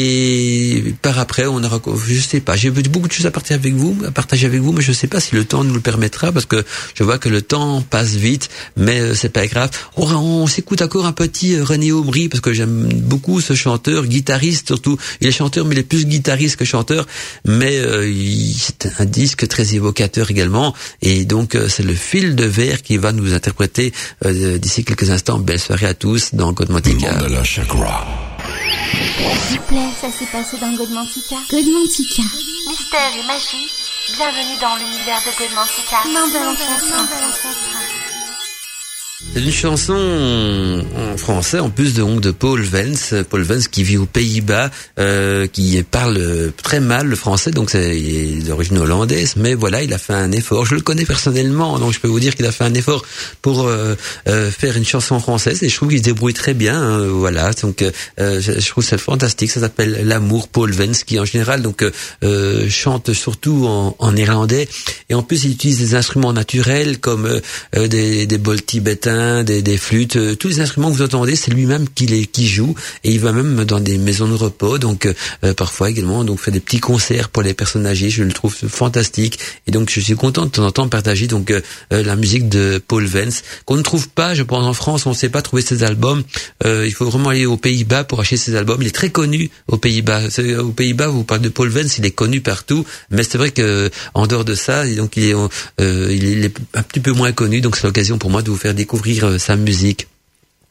Et par après, on aura, je sais pas, j'ai beaucoup de choses à partager avec vous, à partager avec vous, mais je sais pas si le temps nous le permettra, parce que je vois que le temps passe vite, mais euh, c'est pas grave. On, on s'écoute encore un petit euh, René Aubry, parce que j'aime beaucoup ce chanteur, guitariste surtout. Il est chanteur, mais il est plus guitariste que chanteur, mais euh, il, c'est un disque très évocateur également. Et donc euh, c'est le fil de verre qui va nous interpréter euh, d'ici quelques instants. Belle soirée à tous dans Godmantica. Mandala Chakra. S'il vous plaît, ça s'est passé dans Godmantica. Godmantica. Mystère et magie. Bienvenue dans l'univers de Godmantica. Mandala Chakra. C'est une chanson en français, en plus de, donc, de Paul Vens. Paul Vens qui vit aux Pays-Bas, euh, qui parle très mal le français, donc c'est, il est d'origine hollandaise, mais voilà, il a fait un effort. Je le connais personnellement, donc je peux vous dire qu'il a fait un effort pour euh, euh, faire une chanson française, et je trouve qu'il se débrouille très bien. Hein, voilà, donc euh, je, je trouve ça fantastique. Ça s'appelle L'amour, Paul Vens, qui en général donc euh, chante surtout en, en néerlandais, et en plus il utilise des instruments naturels comme euh, des, des bols tibétains, Des, des flûtes, euh, tous les instruments que vous entendez, c'est lui-même qui les qui joue, et il va même dans des maisons de repos, donc euh, parfois également donc fait des petits concerts pour les personnes âgées. Je le trouve fantastique, et donc je suis content de temps en temps partager donc euh, la musique de Paul Vens qu'on ne trouve pas, je pense en France, on ne sait pas trouver ses albums. Euh, il faut vraiment aller aux Pays-Bas pour acheter ses albums. Il est très connu aux Pays-Bas. C'est, aux Pays-Bas, vous parlez de Paul Vens, il est connu partout, mais c'est vrai que en dehors de ça, donc il est euh, il est un petit peu moins connu. Donc c'est l'occasion pour moi de vous faire découvrir sa musique.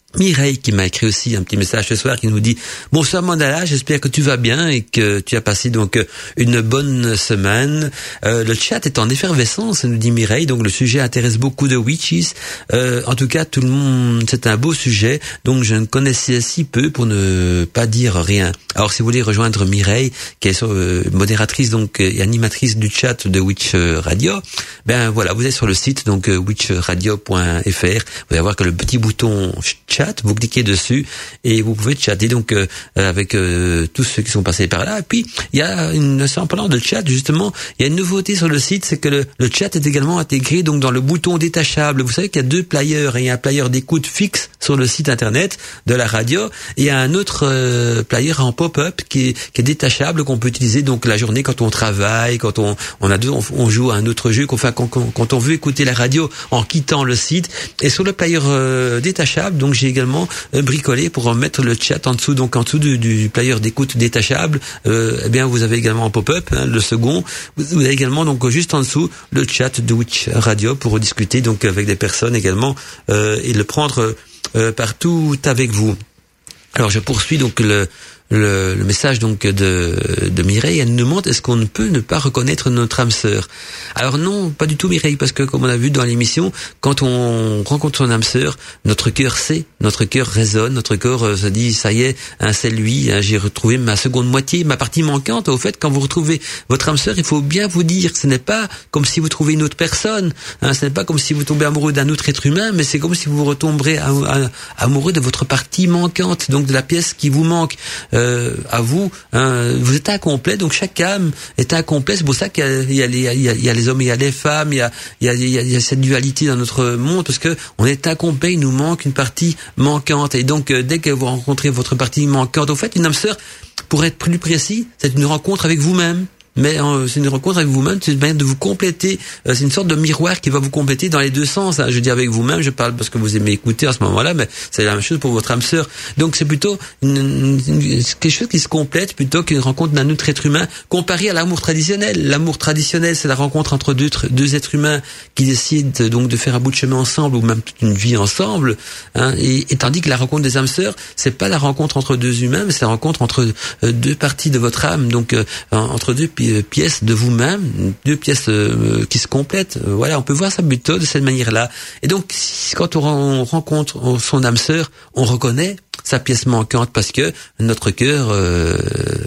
Mireille qui m'a écrit aussi un petit message ce soir qui nous dit « Bonsoir Mandala, j'espère que tu vas bien et que tu as passé donc une bonne semaine. Euh, le chat est en effervescence, nous dit Mireille, donc le sujet intéresse beaucoup de witches. Euh, en tout cas, tout le monde, c'est un beau sujet, donc je ne connaissais si peu pour ne pas dire rien. Alors si vous voulez rejoindre Mireille, qui est euh, modératrice donc et animatrice du chat de Witch Radio, ben voilà, vous êtes sur le site donc euh, witch radio point f r, vous allez voir que le petit bouton chat, vous cliquez dessus et vous pouvez chatter donc euh, avec euh, tous ceux qui sont passés par là. Et puis il y a une, en parlant de chat justement, il y a une nouveauté sur le site, c'est que le, le chat est également intégré donc dans le bouton détachable. Vous savez qu'il y a deux players, et il y a un player d'écoute fixe sur le site internet de la radio et il y a un autre euh, player en pop-up qui est, qui est détachable, qu'on peut utiliser donc la journée quand on travaille, quand on on a deux, on, on joue à un autre jeu, qu'on fait quand, quand, quand on veut écouter la radio en quittant le site. Et sur le player euh, détachable, donc j'ai également euh, bricolé pour mettre le chat en dessous, donc en dessous du, du player d'écoute détachable. Euh, eh bien, vous avez également en pop-up hein, le second. Vous, vous avez également donc juste en dessous le chat de Witch Radio pour discuter donc avec des personnes également euh, et le prendre euh, partout avec vous. Alors, je poursuis donc le Le, le message donc de, de Mireille. Elle nous demande est-ce qu'on ne peut ne pas reconnaître notre âme sœur. Alors non, pas du tout Mireille, parce que comme on a vu dans l'émission, quand on rencontre son âme sœur, notre cœur sait, notre cœur résonne, notre corps euh, se dit ça y est, hein, c'est lui, hein, j'ai retrouvé ma seconde moitié, ma partie manquante. Au fait, quand vous retrouvez votre âme sœur, il faut bien vous dire, ce n'est pas comme si vous trouvez une autre personne, hein, ce n'est pas comme si vous tombez amoureux d'un autre être humain, mais c'est comme si vous retomberez à, à, amoureux de votre partie manquante, donc de la pièce qui vous manque. Euh, à vous, hein, vous êtes incomplet, donc chaque âme est incomplète. C'est pour ça qu'il y a, il y a, les, il y a, il y a les hommes et il y a les femmes, il y a, il y a, il y a, il y a cette dualité dans notre monde, parce que on est incomplet, il nous manque une partie manquante. Et donc, euh, dès que vous rencontrez votre partie manquante, au fait, une âme sœur, pour être plus précis, c'est une rencontre avec vous-même. Mais euh, c'est une rencontre avec vous-même, c'est une manière de vous compléter, euh, c'est une sorte de miroir qui va vous compléter dans les deux sens. Hein. Je dis avec vous-même, je parle parce que vous aimez écouter à ce moment-là, mais c'est la même chose pour votre âme sœur. Donc c'est plutôt une, une, une, quelque chose qui se complète plutôt qu'une rencontre d'un autre être humain, comparé à l'amour traditionnel. L'amour traditionnel, c'est la rencontre entre deux, deux êtres humains qui décident donc de faire un bout de chemin ensemble ou même toute une vie ensemble. Hein. Et, et tandis que la rencontre des âmes sœurs, c'est pas la rencontre entre deux humains, mais c'est la rencontre entre euh, deux parties de votre âme, donc euh, entre deux pièces de vous-même, deux pièces euh, qui se complètent. Euh, voilà, on peut voir ça plutôt de cette manière-là. Et donc, si, quand on rencontre son âme sœur, on reconnaît sa pièce manquante parce que notre cœur euh,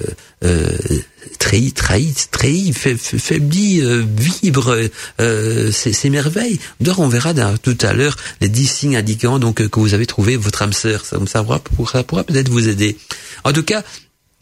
euh, trahit, trahit, trahit, fait, fait, faiblit, euh, vibre, euh, c'est, c'est merveille. Donc, on verra dans, tout à l'heure les dix signes indiquant donc que vous avez trouvé votre âme sœur. Ça, ça pourra, ça pourra peut-être vous aider. En tout cas,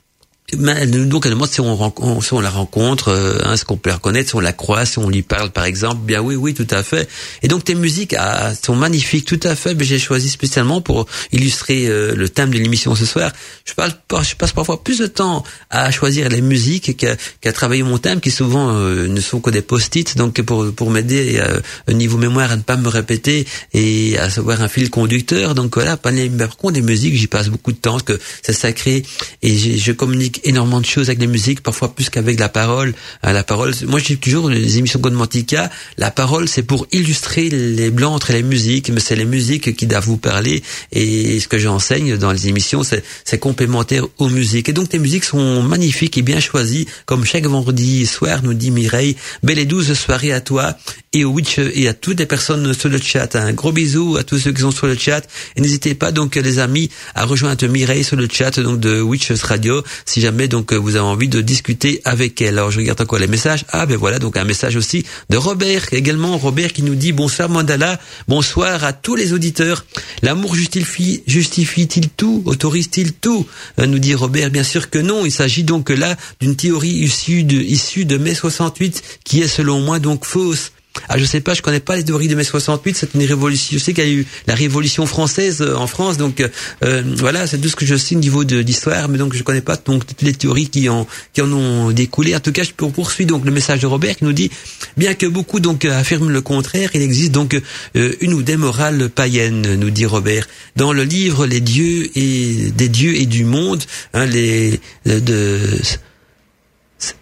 donc elle demande si on, rencontre, si on la rencontre, euh, hein, est-ce qu'on peut la reconnaître, si on la croise, si on lui parle par exemple. Bien oui, oui, tout à fait. Et donc tes musiques ah, sont magnifiques, tout à fait. Mais j'ai choisi spécialement pour illustrer euh, le thème de l'émission ce soir. Je, parle, je passe parfois plus de temps à choisir les musiques qu'à, qu'à travailler mon thème, qui souvent euh, ne sont que des post-it. Donc pour pour m'aider euh, au niveau mémoire à ne pas me répéter et à savoir un fil conducteur. Donc voilà. Par contre, les musiques, j'y passe beaucoup de temps parce que c'est sacré et je communique énormément de choses avec les musiques, parfois plus qu'avec la parole. La parole, moi je dis toujours les émissions Godmantica, la parole c'est pour illustrer les blancs entre les musiques, mais c'est les musiques qui doivent vous parler et ce que j'enseigne dans les émissions c'est, c'est complémentaire aux musiques. Et donc tes musiques sont magnifiques et bien choisies, comme chaque vendredi soir nous dit Mireille. Belle et douce soirée à toi et au Witch et à toutes les personnes sur le chat. Un gros bisou à tous ceux qui sont sur le chat et n'hésitez pas donc les amis à rejoindre Mireille sur le chat donc de Witch Radio si jamais donc vous avez envie de discuter avec elle. Alors je regarde encore les messages. Ah ben voilà, donc un message aussi de Robert également. Robert qui nous dit bonsoir Mandala, bonsoir à tous les auditeurs. L'amour justifie, justifie-t-il tout, autorise-t-il tout, euh, nous dit Robert. Bien sûr que non. Il s'agit donc là d'une théorie issue de, issue de mai soixante-huit qui est selon moi donc fausse. Ah, je sais pas, je connais pas les théories de mai soixante-huit, c'est une révolution, je sais qu'il y a eu la révolution française euh, en France, donc euh, voilà, c'est tout ce que je sais au niveau de d'histoire, mais donc je connais pas donc toutes les théories qui en qui en ont découlé. En tout cas, je poursuis donc le message de Robert qui nous dit bien que beaucoup donc affirment le contraire, il existe donc euh, une ou des morales païennes, nous dit Robert. Dans le livre Les dieux et des dieux et du monde, hein, les de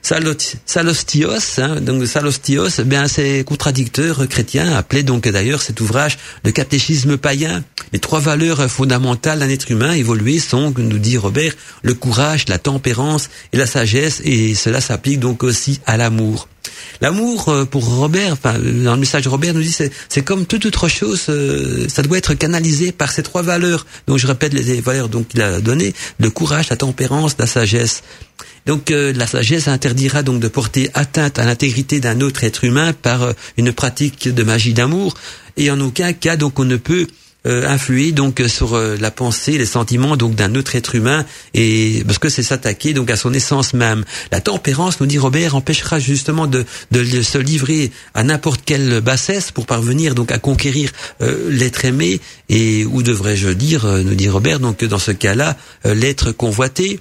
Salostios, hein, donc Salostios, eh bien c'est contradicteur chrétien, appelé donc d'ailleurs cet ouvrage le catéchisme païen. Les trois valeurs fondamentales d'un être humain évolué sont, nous dit Robert, le courage, la tempérance et la sagesse, et cela s'applique donc aussi à l'amour. L'amour, pour Robert, enfin, dans le message de Robert, nous dit c'est, c'est comme toute autre chose, euh, ça doit être canalisé par ces trois valeurs. Donc je répète les valeurs donc qu'il a données, le courage, la tempérance, la sagesse. Donc euh, la sagesse interdira donc de porter atteinte à l'intégrité d'un autre être humain par euh, une pratique de magie d'amour, et en aucun cas donc on ne peut Euh, influer donc sur euh, la pensée, les sentiments donc d'un autre être humain, et parce que c'est s'attaquer donc à son essence même. La tempérance, nous dit Robert, empêchera justement de, de, de se livrer à n'importe quelle bassesse pour parvenir donc à conquérir euh, l'être aimé, et ou devrais-je dire, euh, nous dit Robert, donc dans ce cas-là, euh, l'être convoité.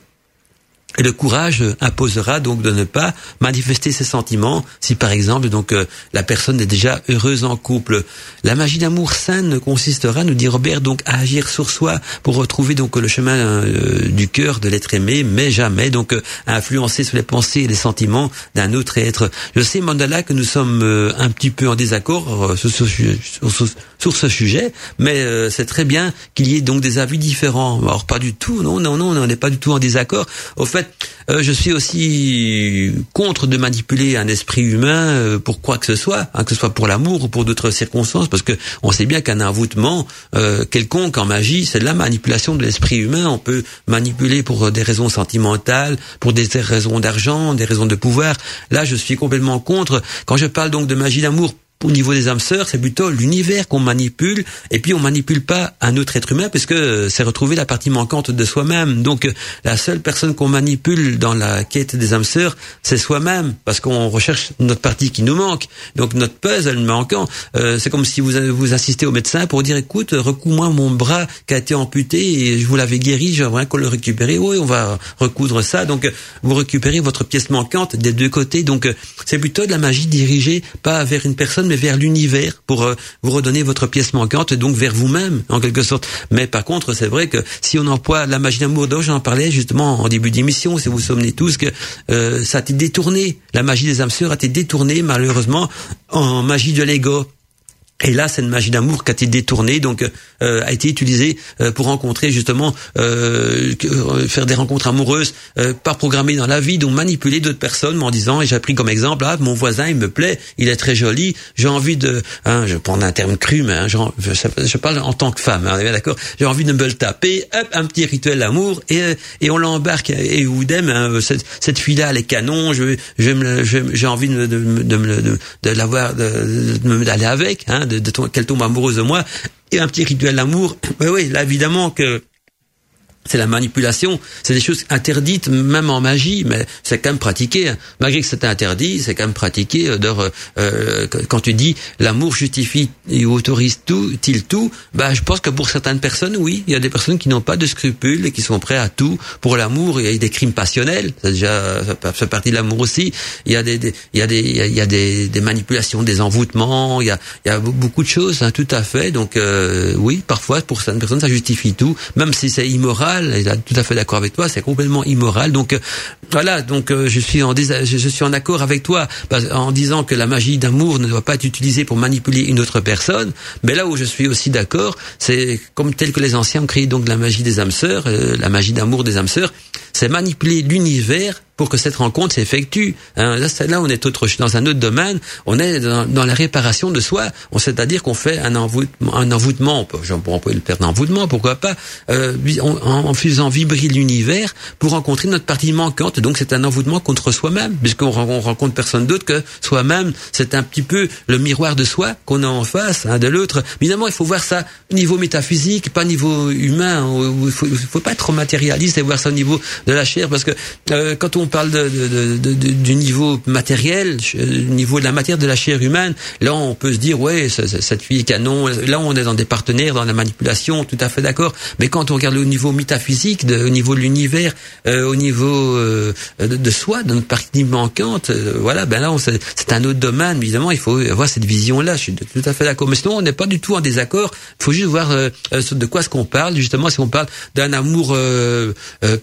Et le courage imposera donc de ne pas manifester ses sentiments si par exemple donc euh, la personne est déjà heureuse en couple. La magie d'amour saine consistera, nous dit Robert, donc à agir sur soi pour retrouver donc le chemin euh, du cœur de l'être aimé, mais jamais donc euh, à influencer sur les pensées et les sentiments d'un autre être. Je sais, Mandala, que nous sommes euh, un petit peu en désaccord euh, sur, sur, sur, sur ce sujet, mais euh, c'est très bien qu'il y ait donc des avis différents. Alors pas du tout, non, non, non, on n'est pas du tout en désaccord. Au fait, Euh, je suis aussi contre de manipuler un esprit humain euh, pour quoi que ce soit, hein, que ce soit pour l'amour ou pour d'autres circonstances, parce que on sait bien qu'un envoûtement euh, quelconque en magie, c'est de la manipulation de l'esprit humain. On peut manipuler pour des raisons sentimentales, pour des raisons d'argent, des raisons de pouvoir. Là, je suis complètement contre. Quand je parle donc de magie d'amour, au niveau des âmes sœurs, c'est plutôt l'univers qu'on manipule, et puis on manipule pas un autre être humain, parce que c'est retrouver la partie manquante de soi-même. Donc la seule personne qu'on manipule dans la quête des âmes sœurs, c'est soi-même, parce qu'on recherche notre partie qui nous manque, donc notre puzzle manquant. Euh, c'est comme si vous vous assistez au médecin pour dire écoute, recouds-moi mon bras qui a été amputé et je vous l'avais guéri, j'aimerais qu'on le récupère. Oui, on va recoudre ça. Donc vous récupérez votre pièce manquante des deux côtés. Donc c'est plutôt de la magie dirigée pas vers une personne, mais vers l'univers, pour euh, vous redonner votre pièce manquante, donc vers vous-même en quelque sorte. Mais par contre, c'est vrai que si on emploie la magie d'amour, dont j'en parlais justement en début d'émission, si vous vous souvenez tous, que euh, ça a été détourné, la magie des âmes sœurs a été détournée malheureusement en magie de l'ego. Et là, c'est une magie d'amour qui a été détournée, donc euh, a été utilisée euh, pour rencontrer justement, euh, euh, faire des rencontres amoureuses, euh, pas programmées dans la vie, donc manipuler d'autres personnes en disant, et j'ai pris comme exemple, ah, mon voisin, il me plaît, il est très joli, j'ai envie de, hein, je prends un terme cru, mais hein, je, je parle en tant que femme, hein, d'accord, j'ai envie de me le taper, hop, un petit rituel d'amour, et et on l'embarque, et vous d'aime, hein, cette, cette fille-là, elle est canon, je, je, me, je j'ai envie de, de, de, de, de, de l'avoir, de, de, d'aller avec, hein, de, de qu'elle tombe amoureuse de moi, et un petit rituel d'amour. Oui, oui, là évidemment que c'est la manipulation, c'est des choses interdites même en magie, mais c'est quand même pratiqué. Hein. Malgré que c'est interdit, c'est quand même pratiqué. Euh, euh, quand tu dis l'amour justifie et autorise tout, il tout, bah je pense que pour certaines personnes, oui, il y a des personnes qui n'ont pas de scrupules et qui sont prêts à tout pour l'amour. Il y a des crimes passionnels, c'est déjà ça fait partie de l'amour aussi. Il y a des, des il y a des il y a des, des manipulations, des envoûtements, il y a il y a beaucoup de choses, hein, tout à fait. Donc euh, oui, parfois pour certaines personnes ça justifie tout, même si c'est immoral. Et là, tout à fait d'accord avec toi, c'est complètement immoral. Donc euh, voilà, donc euh, je suis en dés- je suis en accord avec toi en disant que la magie d'amour ne doit pas être utilisée pour manipuler une autre personne. Mais là où je suis aussi d'accord, c'est comme tel que les anciens ont créé donc la magie des âmes sœurs, euh, la magie d'amour des âmes sœurs, c'est manipuler l'univers pour que cette rencontre s'effectue. Hein, là, là, on est autre, dans un autre domaine. On est dans, dans la réparation de soi. On, c'est-à-dire qu'on fait un envoûtement, un envoûtement. On peut, on peut le faire d'envoûtement, pourquoi pas, euh, en, en faisant vibrer l'univers pour rencontrer notre partie manquante. Donc, c'est un envoûtement contre soi-même, puisqu'on on rencontre personne d'autre que soi-même. C'est un petit peu le miroir de soi qu'on a en face, hein, de l'autre. Évidemment, il faut voir ça au niveau métaphysique, pas au niveau humain. Il faut, il faut pas être matérialiste et voir ça au niveau de la chair, parce que euh, quand on on parle de, de, de, de, du niveau matériel, du niveau de la matière de la chair humaine, là on peut se dire ouais, cette fille est canon, là on est dans des partenaires, dans la manipulation, tout à fait d'accord, mais quand on regarde au niveau métaphysique, de, au niveau de l'univers, euh, au niveau euh, de, de soi, de notre partie manquante, euh, voilà, ben là on, c'est, c'est un autre domaine, évidemment il faut avoir cette vision-là, je suis tout à fait d'accord, mais sinon on n'est pas du tout en désaccord, il faut juste voir euh, de quoi est-ce qu'on parle, justement si on parle d'un amour euh, euh, plutôt traditionnel,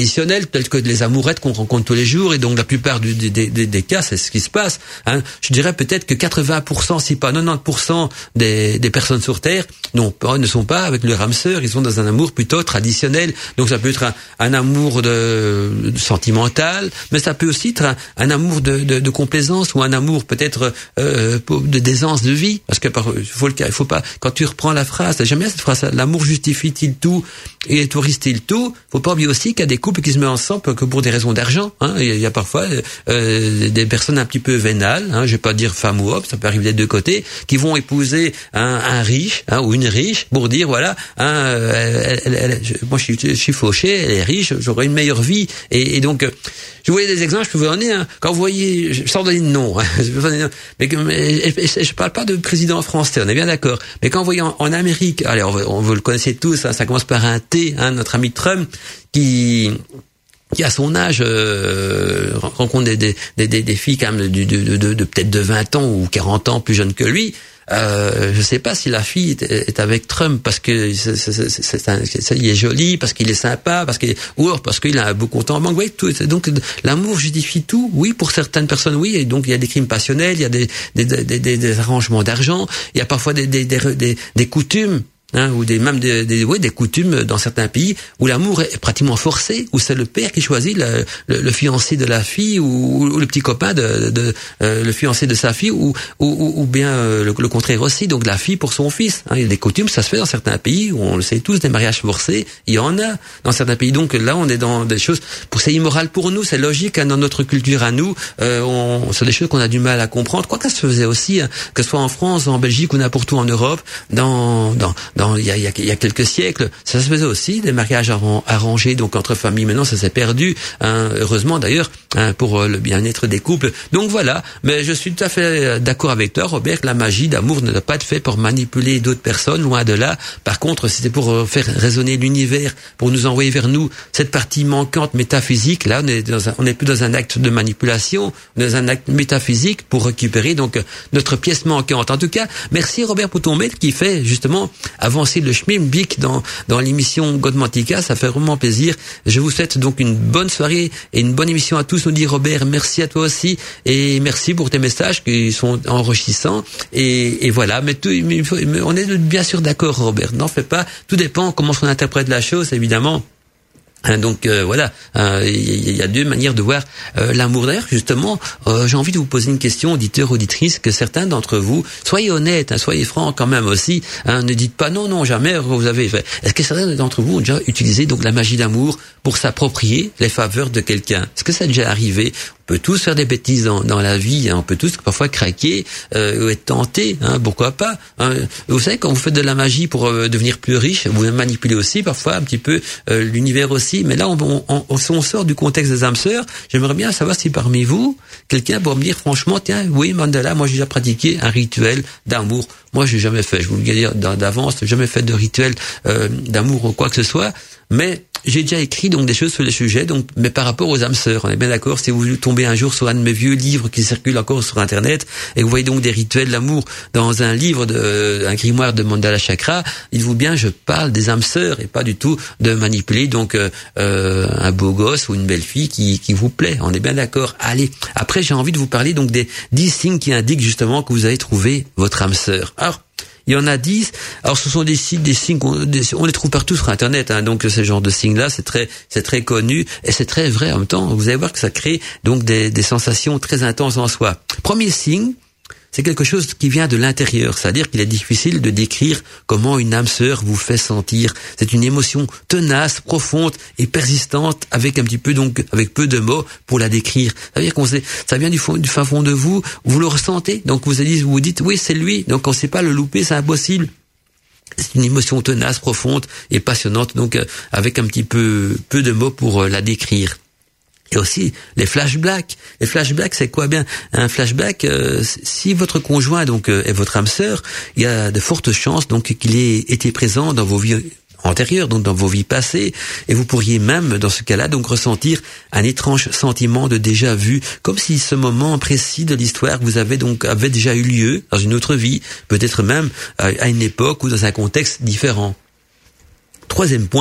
traditionnels, tels que les amourettes qu'on rencontre tous les jours, et donc la plupart du, des, des, des cas, c'est ce qui se passe. Hein. Je dirais peut-être que quatre-vingts pour cent, si pas quatre-vingt-dix pour cent des, des personnes sur Terre non, ne sont pas avec leur âme sœur, ils sont dans un amour plutôt traditionnel. Donc ça peut être un, un amour de, de sentimental, mais ça peut aussi être un, un amour de, de, de complaisance, ou un amour peut-être euh, de d'aisance de vie, parce que il faut le il faut pas, quand tu reprends la phrase, j'aime bien cette phrase, l'amour justifie-t-il tout et autorise-t-il tout? Faut pas oublier aussi qu'il y a des couples qui se mettent ensemble que pour des raisons d'argent. Hein. Il y a parfois euh, des personnes un petit peu vénales, hein, je vais pas dire femme ou homme, ça peut arriver des deux côtés, qui vont épouser un, un riche, hein, ou une riche, pour dire voilà, hein, elle, elle, elle, je, moi je suis, je suis fauché, elle est riche, j'aurai une meilleure vie, et, et donc je voyais des exemples, je peux vous en donner. Hein. Quand vous voyez, je sors donner de nom, hein, mais, mais je, je parle pas de président français, on est bien d'accord. Mais quand vous voyez en, en Amérique, allez, on, on vous le connaissez tous, hein, ça commence par un T, hein, notre ami Trump, qui qui à son âge euh, rencontre des, des, des, des filles quand même de, de, de, de peut-être de vingt ans ou quarante ans plus jeunes que lui. Euh, je sais pas si la fille est, est avec Trump parce que c'est, c'est, c'est, c'est un, c'est, il est joli, parce qu'il est sympa, parce qu'il ou parce qu'il a un beau compte en banque. Oui, tout. Donc l'amour justifie tout. Oui, pour certaines personnes, oui. Et donc il y a des crimes passionnels, il y a des des, des, des, des arrangements d'argent, il y a parfois des des, des, des, des coutumes. Hein, ou des même des des, ouais, des coutumes dans certains pays où l'amour est pratiquement forcé, où c'est le père qui choisit le, le, le fiancé de la fille, ou, ou le petit copain de, de euh, le fiancé de sa fille, ou ou, ou bien euh, le, le contraire aussi, donc la fille pour son fils. Hein, il y a des coutumes, ça se fait dans certains pays où on le sait tous, des mariages forcés, il y en a dans certains pays. Donc là, on est dans des choses, pour c'est immoral pour nous, c'est logique, hein, dans notre culture à nous, euh, on, c'est des choses qu'on a du mal à comprendre. Quoi que ça se faisait aussi, hein, que ce soit en France, en Belgique ou n'importe où en Europe, dans dans Dans, il, y a, il, y a, il y a quelques siècles, ça se faisait aussi, des mariages arrangés, donc entre familles. Maintenant, ça s'est perdu, hein, heureusement d'ailleurs, hein, pour le bien-être des couples. Donc voilà, mais je suis tout à fait d'accord avec toi, Robert, que la magie d'amour ne doit pas être faite pour manipuler d'autres personnes, loin de là. Par contre, c'était pour faire résonner l'univers, pour nous envoyer vers nous cette partie manquante métaphysique. Là, on est dans un, on n'est plus dans un acte de manipulation, on est dans un acte métaphysique pour récupérer donc notre pièce manquante. En tout cas, merci Robert pour ton mail qui fait justement avancer le schmilblick dans dans l'émission Godmantica, ça fait vraiment plaisir. Je vous souhaite donc une bonne soirée et une bonne émission à tous, nous dit Robert. Merci à toi aussi, et merci pour tes messages qui sont enrichissants, et, et voilà. Mais, tout, mais, mais on est bien sûr d'accord, Robert, n'en fais pas, tout dépend comment on interprète la chose, évidemment. Hein, donc euh, voilà, il euh, y, y a deux manières de voir euh, l'amour. D'ailleurs, justement, euh, j'ai envie de vous poser une question, auditeurs, auditrices, que certains d'entre vous, soyez honnêtes, hein, soyez francs quand même aussi, hein, ne dites pas non, non, jamais vous avez fait. Est-ce que certains d'entre vous ont déjà utilisé donc la magie d'amour pour s'approprier les faveurs de quelqu'un? Est-ce que ça a déjà arrivé? On peut tous faire des bêtises dans, dans la vie, hein, on peut tous parfois craquer, euh, ou être tenté, hein, pourquoi pas, hein. Vous savez, quand vous faites de la magie pour euh, devenir plus riche, vous manipulez aussi parfois un petit peu euh, l'univers aussi, mais là on, on, on, on sort du contexte des âmes sœurs. J'aimerais bien savoir si parmi vous, quelqu'un pourrait me dire franchement, tiens, oui Mandala, moi j'ai déjà pratiqué un rituel d'amour. Moi j'ai jamais fait, je vous le dis d'avance, jamais fait de rituel euh, d'amour ou quoi que ce soit, mais j'ai déjà écrit donc des choses sur le sujet, donc mais par rapport aux âmes sœurs, on est bien d'accord. Si vous tombez un jour sur un de mes vieux livres qui circulent encore sur Internet et vous voyez donc des rituels d'amour dans un livre de un grimoire de Mandala Chakra, dites-vous bien, je parle des âmes sœurs et pas du tout de manipuler donc euh, un beau gosse ou une belle fille qui qui vous plaît. On est bien d'accord. Allez, après j'ai envie de vous parler donc des dix signes qui indiquent justement que vous avez trouvé votre âme sœur. Alors, il y en a dix. Alors, ce sont des signes, des signes qu'on des, on les trouve partout sur Internet, hein. Donc, ce genre de signes-là, c'est très, c'est très connu et c'est très vrai en même temps. Vous allez voir que ça crée donc des, des sensations très intenses en soi. Premier signe, c'est quelque chose qui vient de l'intérieur, c'est-à-dire qu'il est difficile de décrire comment une âme sœur vous fait sentir. C'est une émotion tenace, profonde et persistante, avec un petit peu donc avec peu de mots pour la décrire. C'est-à-dire qu'on sait, ça vient du fond, du fin fond de vous, vous le ressentez, donc vous allez, vous vous dites oui c'est lui, donc on ne sait pas le louper, c'est impossible. C'est une émotion tenace, profonde et passionnante, donc euh, avec un petit peu peu de mots pour euh, la décrire. Et aussi les flashbacks. Les flashbacks, c'est quoi bien? Un flashback, euh, si votre conjoint donc euh, est votre âme sœur, il y a de fortes chances donc qu'il ait été présent dans vos vies antérieures, donc dans vos vies passées, et vous pourriez même dans ce cas-là donc ressentir un étrange sentiment de déjà vu, comme si ce moment précis de l'histoire vous avez donc avait déjà eu lieu dans une autre vie, peut-être même à une époque ou dans un contexte différent. Troisième point,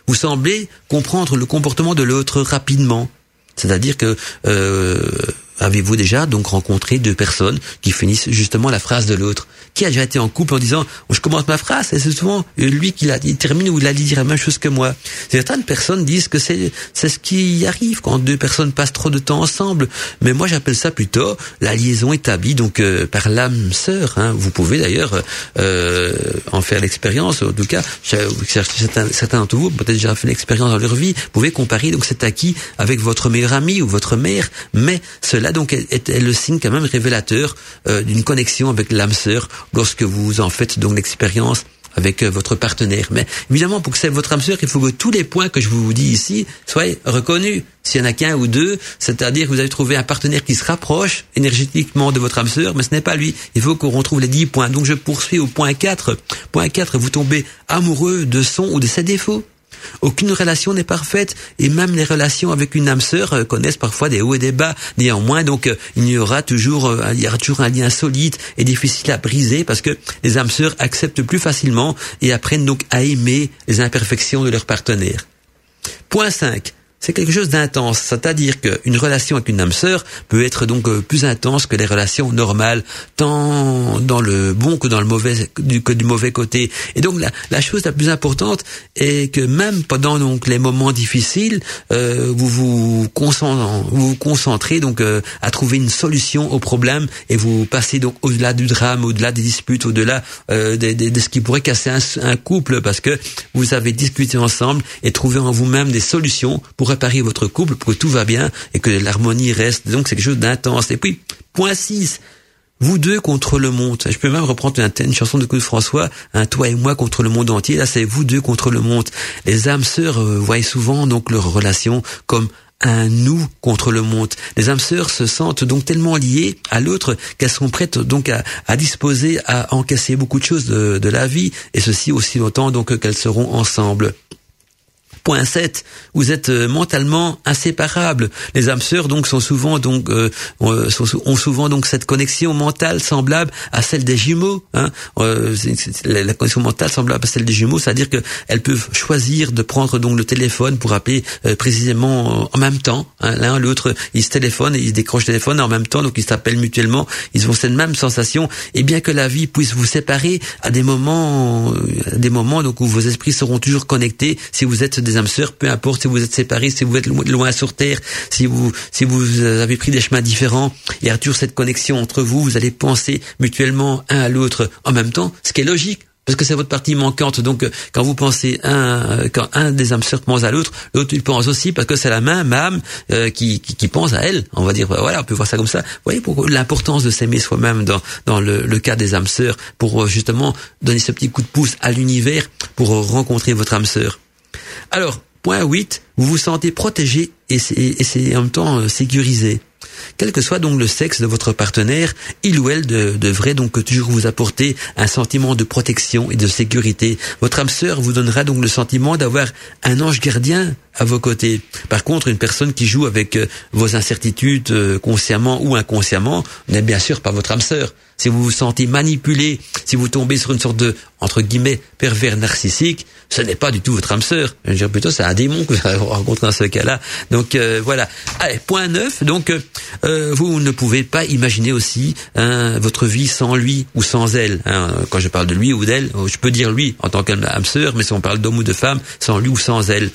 Vous semblez comprendre le comportement de l'autre rapidement. C'est-à-dire que euh, avez-vous déjà donc rencontré deux personnes qui finissent justement la phrase de l'autre? Qui a déjà été en couple en disant oh, je commence ma phrase et c'est souvent lui qui la il termine ou il a dit la même chose que moi. Certaines personnes disent que c'est c'est ce qui arrive quand deux personnes passent trop de temps ensemble, mais moi j'appelle ça plutôt la liaison établie donc euh, par l'âme sœur. Hein. Vous pouvez d'ailleurs euh, en faire l'expérience. En tout cas, certains, certains d'entre vous ont peut-être déjà fait l'expérience dans leur vie. Vous pouvez comparer donc cet acquis avec votre meilleur ami ou votre mère, mais cela donc est, est, est le signe quand même révélateur euh, d'une connexion avec l'âme sœur lorsque vous en faites donc l'expérience avec euh, votre partenaire. Mais évidemment, pour que c'est votre âme sœur, il faut que tous les points que je vous dis ici soient reconnus. S'il y en a qu'un ou deux, c'est-à-dire que vous avez trouvé un partenaire qui se rapproche énergétiquement de votre âme sœur, mais ce n'est pas lui. Il faut qu'on retrouve les dix points. Donc je poursuis au point quatre. Point quatre, vous tombez amoureux de son ou de ses défauts. Aucune relation n'est parfaite et même les relations avec une âme sœur euh, connaissent parfois des hauts et des bas. Néanmoins, donc euh, il y aura toujours euh, il y aura toujours un lien solide et difficile à briser parce que les âmes sœurs acceptent plus facilement et apprennent donc à aimer les imperfections de leur partenaire. Point cinq. C'est quelque chose d'intense, c'est-à-dire qu'une relation avec une âme sœur peut être donc plus intense que les relations normales, tant dans le bon que dans le mauvais, du, que du mauvais côté. Et donc la, la chose la plus importante est que même pendant donc les moments difficiles, euh, vous vous concentrez, vous vous concentrez donc euh, à trouver une solution au problème et vous passez donc au-delà du drame, au-delà des disputes, au-delà euh, de, de, de ce qui pourrait casser un, un couple, parce que vous avez discuté ensemble et trouvé en vous-même des solutions pour réparer votre couple, pour que tout va bien et que l'harmonie reste. Donc c'est quelque chose d'intense. Et puis, point six, vous deux contre le monde. Je peux même reprendre une, une chanson de Claude François, un toi et moi contre le monde entier. Là, c'est vous deux contre le monde. Les âmes sœurs euh, voient souvent donc leur relation comme un nous contre le monde. Les âmes sœurs se sentent donc tellement liées à l'autre qu'elles sont prêtes donc à, à disposer à encaisser beaucoup de choses de, de la vie, et ceci aussi longtemps donc qu'elles seront ensemble. Point sept, vous êtes mentalement inséparables. Les âmes sœurs donc sont souvent donc euh, ont souvent donc cette connexion mentale semblable à celle des jumeaux. Hein. Euh, c'est, c'est, la, la connexion mentale semblable à celle des jumeaux, c'est-à-dire que elles peuvent choisir de prendre donc le téléphone pour appeler euh, précisément en même temps. Hein. L'un l'autre, ils se téléphonent et ils décrochent le téléphone en même temps, donc ils s'appellent mutuellement. Ils ont cette même sensation. Et bien que la vie puisse vous séparer à des moments, à des moments donc où vos esprits seront toujours connectés, si vous êtes des âmes sœurs, peu importe si vous êtes séparés, si vous êtes loin sur terre, si vous si vous avez pris des chemins différents, il y a toujours cette connexion entre vous, vous allez penser mutuellement un à l'autre en même temps, ce qui est logique, parce que c'est votre partie manquante. Donc quand vous pensez un quand un des âmes sœurs pense à l'autre, l'autre il pense aussi, parce que c'est la même âme euh, qui, qui qui pense à elle. On va dire voilà, on peut voir ça comme ça. Vous voyez pourquoi l'importance de s'aimer soi-même dans dans le, le cas des âmes sœurs, pour justement donner ce petit coup de pouce à l'univers pour rencontrer votre âme sœur. Alors, point huit, vous vous sentez protégé et c'est, et c'est en même temps sécurisé. Quel que soit donc le sexe de votre partenaire, il ou elle de, devrait donc toujours vous apporter un sentiment de protection et de sécurité. Votre âme sœur vous donnera donc le sentiment d'avoir un ange gardien à vos côtés. Par contre, une personne qui joue avec vos incertitudes consciemment ou inconsciemment n'est bien sûr pas votre âme sœur. Si vous vous sentez manipulé, si vous tombez sur une sorte de, entre guillemets, pervers narcissique, ce n'est pas du tout votre âme sœur. Je veux dire, plutôt, c'est un démon que vous avez rencontré dans ce cas-là. Donc, euh, voilà. Allez, point neuf. Donc, euh, vous ne pouvez pas imaginer aussi hein, votre vie sans lui ou sans elle. Hein. Quand je parle de lui ou d'elle, je peux dire lui en tant qu'âme sœur, mais si on parle d'homme ou de femme, sans lui ou sans elle.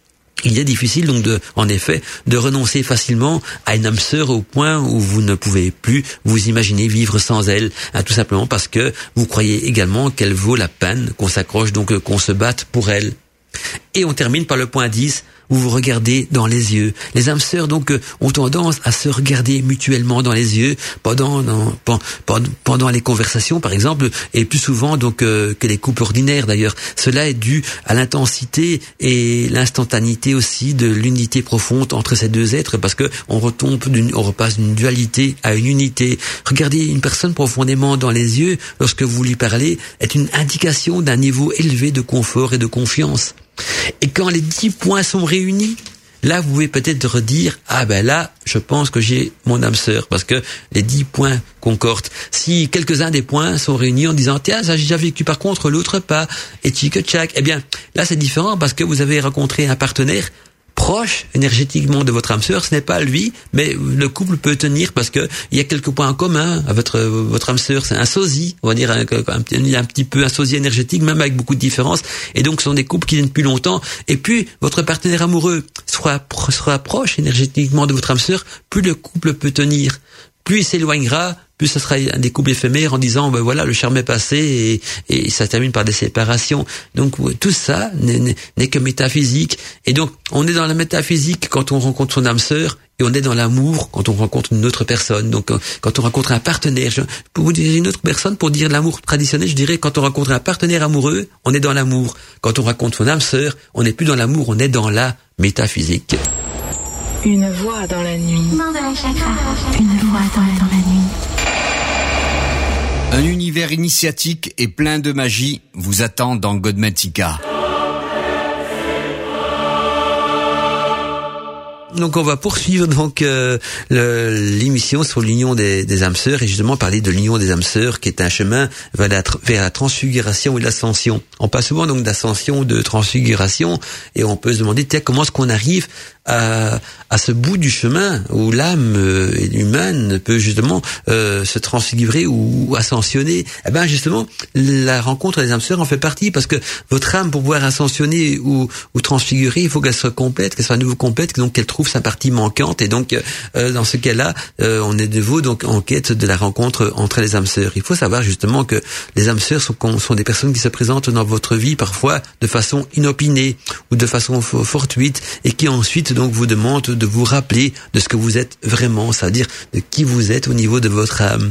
Il est difficile donc de, en effet, de renoncer facilement à une âme sœur au point où vous ne pouvez plus vous imaginer vivre sans elle, hein, tout simplement parce que vous croyez également qu'elle vaut la peine qu'on s'accroche, donc qu'on se batte pour elle. Et on termine par le point dix, où vous regardez dans les yeux. Les âmes sœurs donc ont tendance à se regarder mutuellement dans les yeux pendant dans, pendant, pendant les conversations par exemple, et plus souvent donc euh, que les couples ordinaires d'ailleurs. Cela est dû à l'intensité et l'instantanéité aussi de l'unité profonde entre ces deux êtres, parce que on retombe d'une, on repasse d'une dualité à une unité. Regarder une personne profondément dans les yeux lorsque vous lui parlez est une indication d'un niveau élevé de confort et de confiance. Et quand les dix points sont réunis, là vous pouvez peut-être redire ah ben là je pense que j'ai mon âme sœur parce que les dix points concordent. Si quelques-uns des points sont réunis en disant tiens ça j'ai déjà vécu par contre l'autre pas et tchic tchac, eh bien là c'est différent parce que vous avez rencontré un partenaire proche énergétiquement de votre âme sœur, ce n'est pas lui, mais le couple peut tenir parce que il y a quelques points en commun à votre votre âme sœur, c'est un sosie, on va dire un, un, un, un petit peu un sosie énergétique, même avec beaucoup de différences, et donc ce sont des couples qui viennent depuis longtemps. Et puis votre partenaire amoureux sera sera proche énergétiquement de votre âme sœur, plus le couple peut tenir. Plus il s'éloignera, plus ce sera un des couples éphémères en disant ben voilà le charme est passé et, et ça termine par des séparations. Donc tout ça n'est, n'est, n'est que métaphysique. Et donc on est dans la métaphysique quand on rencontre son âme sœur et on est dans l'amour quand on rencontre une autre personne. Donc quand on rencontre un partenaire, je, pour vous dire une autre personne, pour dire l'amour traditionnel, je dirais quand on rencontre un partenaire amoureux, on est dans l'amour. Quand on rencontre son âme sœur, on n'est plus dans l'amour, on est dans la métaphysique. Une voix dans la nuit. Mandala Chakra. Une voix dans la, dans la nuit. Un univers initiatique et plein de magie vous attend dans Godmatica. Donc on va poursuivre donc euh, le, l'émission sur l'union des, des âmes sœurs et justement parler de l'union des âmes sœurs qui est un chemin vers la, vers la transfiguration et l'ascension. On parle souvent donc d'ascension, de transfiguration et on peut se demander tiens comment est-ce qu'on arrive à, à ce bout du chemin où l'âme euh, humaine peut justement euh, se transfigurer ou, ou ascensionner. Eh ben justement la rencontre des âmes sœurs en fait partie parce que votre âme pour pouvoir ascensionner ou, ou transfigurer il faut qu'elle soit complète, qu'elle soit à nouveau complète, donc qu'elle trouve sa partie manquante et donc euh, dans ce cas-là euh, on est de nouveau donc en quête de la rencontre entre les âmes sœurs. Il faut savoir justement que les âmes sœurs sont, sont des personnes qui se présentent dans votre vie parfois de façon inopinée ou de façon fortuite et qui ensuite donc vous demandent de vous rappeler de ce que vous êtes vraiment, c'est-à-dire de qui vous êtes au niveau de votre âme.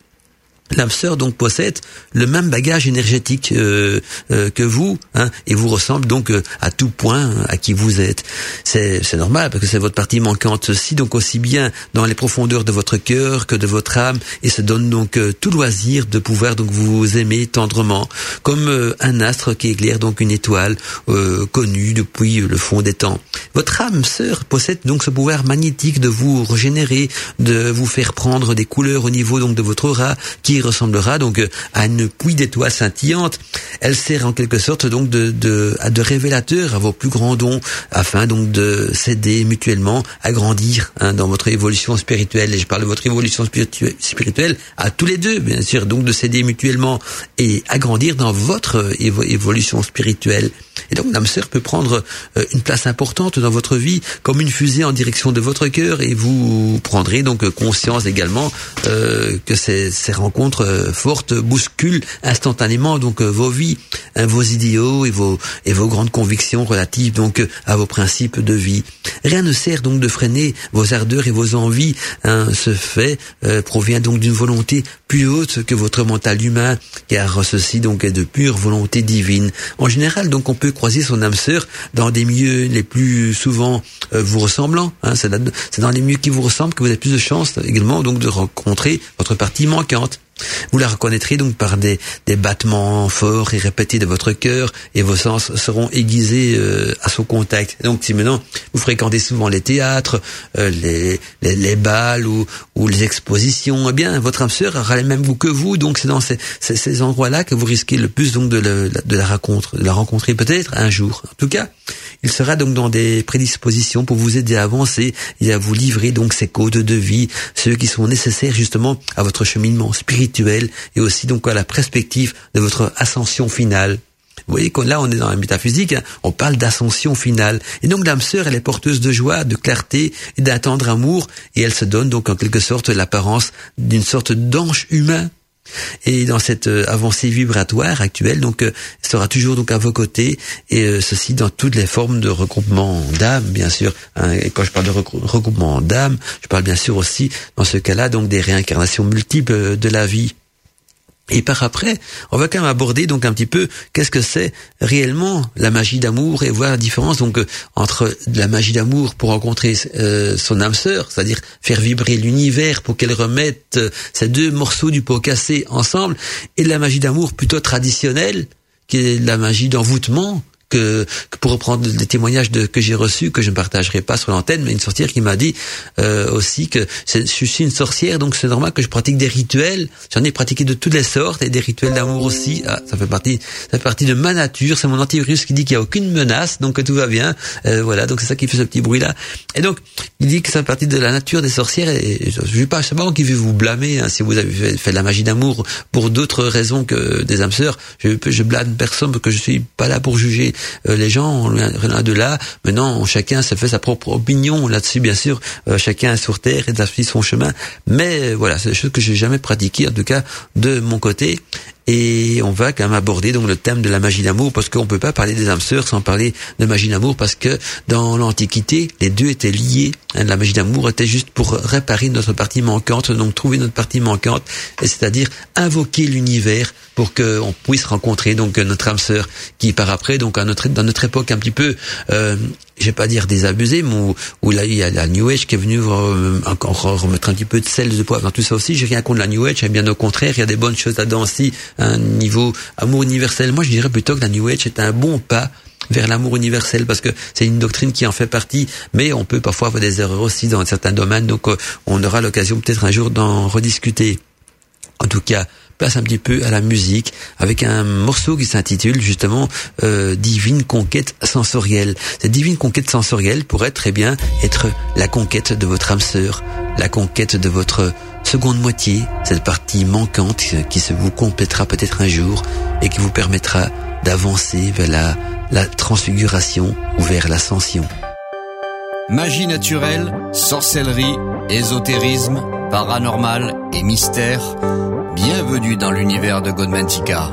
L'âme sœur donc possède le même bagage énergétique euh, euh, que vous, hein, et vous ressemble donc euh, à tout point hein, à qui vous êtes. C'est, c'est normal parce que c'est votre partie manquante aussi, donc aussi bien dans les profondeurs de votre cœur que de votre âme, et se donne donc euh, tout loisir de pouvoir donc vous aimer tendrement, comme euh, un astre qui éclaire donc une étoile euh, connue depuis le fond des temps. Votre âme sœur possède donc ce pouvoir magnétique de vous régénérer, de vous faire prendre des couleurs au niveau donc de votre aura, qui ressemblera donc à une pluie d'étoiles scintillantes. Elle sert en quelque sorte donc de, de, de révélateur à vos plus grands dons, afin donc de s'aider mutuellement à grandir hein, dans votre évolution spirituelle. Et je parle de votre évolution spiritu- spirituelle à tous les deux, bien sûr, donc de s'aider mutuellement et à grandir dans votre évo- évolution spirituelle. Et donc l'âme sœur peut prendre euh, une place importante dans votre vie comme une fusée en direction de votre cœur, et vous prendrez donc conscience également euh, que ces, ces rencontres euh, fortes bousculent instantanément donc euh, vos vies, hein, vos idéaux et vos et vos grandes convictions relatives donc euh, à vos principes de vie. Rien ne sert donc de freiner vos ardeurs et vos envies. Hein. Ce fait euh, provient donc d'une volonté plus haute que votre mental humain, car ceci donc est de pure volonté divine. En général, donc on peut croiser son âme sœur dans des milieux les plus souvent euh, vous ressemblant. Hein. C'est, là, c'est dans les milieux qui vous ressemblent que vous avez plus de chances également donc de rencontrer votre partie manquante. Vous la reconnaîtrez donc par des, des battements forts et répétés de votre cœur, et vos sens seront aiguisés euh, à son contact. Donc si maintenant vous fréquentez souvent les théâtres, euh, les, les, les bals ou, ou les expositions, eh bien votre âme sœur aura les mêmes goûts que vous. Donc c'est dans ces, ces, ces endroits-là que vous risquez le plus donc de, le, de la rencontre, de la rencontrer peut-être un jour. En tout cas, il sera donc dans des prédispositions pour vous aider à avancer et à vous livrer donc ces codes de vie, ceux qui sont nécessaires justement à votre cheminement spirituel et aussi donc à la perspective de votre ascension finale. Vous voyez que là on est dans la métaphysique, hein, on parle d'ascension finale. Et donc l'âme sœur, elle est porteuse de joie, de clarté et d'un tendre amour, et elle se donne donc en quelque sorte l'apparence d'une sorte d'ange humain. Et dans cette euh, avancée vibratoire actuelle, donc euh, sera toujours donc à vos côtés, et euh, ceci dans toutes les formes de regroupement d'âme, bien sûr. Hein, et quand je parle de regrou- regroupement d'âme, je parle bien sûr aussi dans ce cas-là donc des réincarnations multiples de la vie. Et par après, on va quand même aborder donc un petit peu qu'est-ce que c'est réellement la magie d'amour, et voir la différence donc euh, entre la magie d'amour pour rencontrer euh, son âme sœur, c'est-à-dire faire vibrer l'univers pour qu'elle remette euh, ces deux morceaux du pot cassé ensemble, et la magie d'amour plutôt traditionnelle, qui est la magie d'envoûtement, que, que pour reprendre des témoignages de, que j'ai reçus, que je ne partagerai pas sur l'antenne, mais une sorcière qui m'a dit euh, aussi que c'est, je suis une sorcière, donc c'est normal que je pratique des rituels. J'en ai pratiqué de toutes les sortes et des rituels d'amour aussi. Ah, ça fait partie, ça fait partie de ma nature. C'est mon antivirus qui dit qu'il n'y a aucune menace, donc que tout va bien. Euh, voilà, donc c'est ça qui fait ce petit bruit-là. Et donc, il dit que ça fait partie de la nature des sorcières. Et, et je ne vais pas savoir qui veut vous blâmer hein, si vous avez fait, fait de la magie d'amour pour d'autres raisons que des âmes sœurs. Je, je blâme personne parce que je suis pas là pour juger euh, les gens, rien de là. Maintenant, chacun se fait sa propre opinion là-dessus, bien sûr. Euh, chacun est sur terre et a suivi son chemin. Mais euh, voilà, c'est des choses que j'ai jamais pratiquées, en tout cas de mon côté. Et on va quand même aborder donc le thème de la magie d'amour, parce qu'on peut pas parler des âmes sœurs sans parler de magie d'amour, parce que dans l'Antiquité, les deux étaient liés. La magie d'amour était juste pour réparer notre partie manquante, donc trouver notre partie manquante, et c'est-à-dire invoquer l'univers pour qu'on puisse rencontrer donc notre âme sœur, qui par après, donc à notre, dans notre époque un petit peu, euh, je vais pas dire désabusée, mais où, où là il y a la New Age qui est venue euh, encore remettre un petit peu de sel de poivre dans tout ça aussi. J'ai rien contre la New Age, et bien au contraire, il y a des bonnes choses là-dedans aussi, un niveau amour universel. Moi je dirais plutôt que la New Age est un bon pas vers l'amour universel, parce que c'est une doctrine qui en fait partie, mais on peut parfois avoir des erreurs aussi dans certains domaines, donc euh, on aura l'occasion peut-être un jour d'en rediscuter. En tout cas, place un petit peu à la musique avec un morceau qui s'intitule justement euh, Divine Conquête Sensorielle. Cette divine conquête sensorielle pourrait très bien être la conquête de votre âme sœur, la conquête de votre seconde moitié, cette partie manquante qui se vous complétera peut-être un jour et qui vous permettra d'avancer vers la, la transfiguration ou vers l'ascension. Magie naturelle, sorcellerie, ésotérisme, paranormal et mystère. Bienvenue dans l'univers de Godmantica.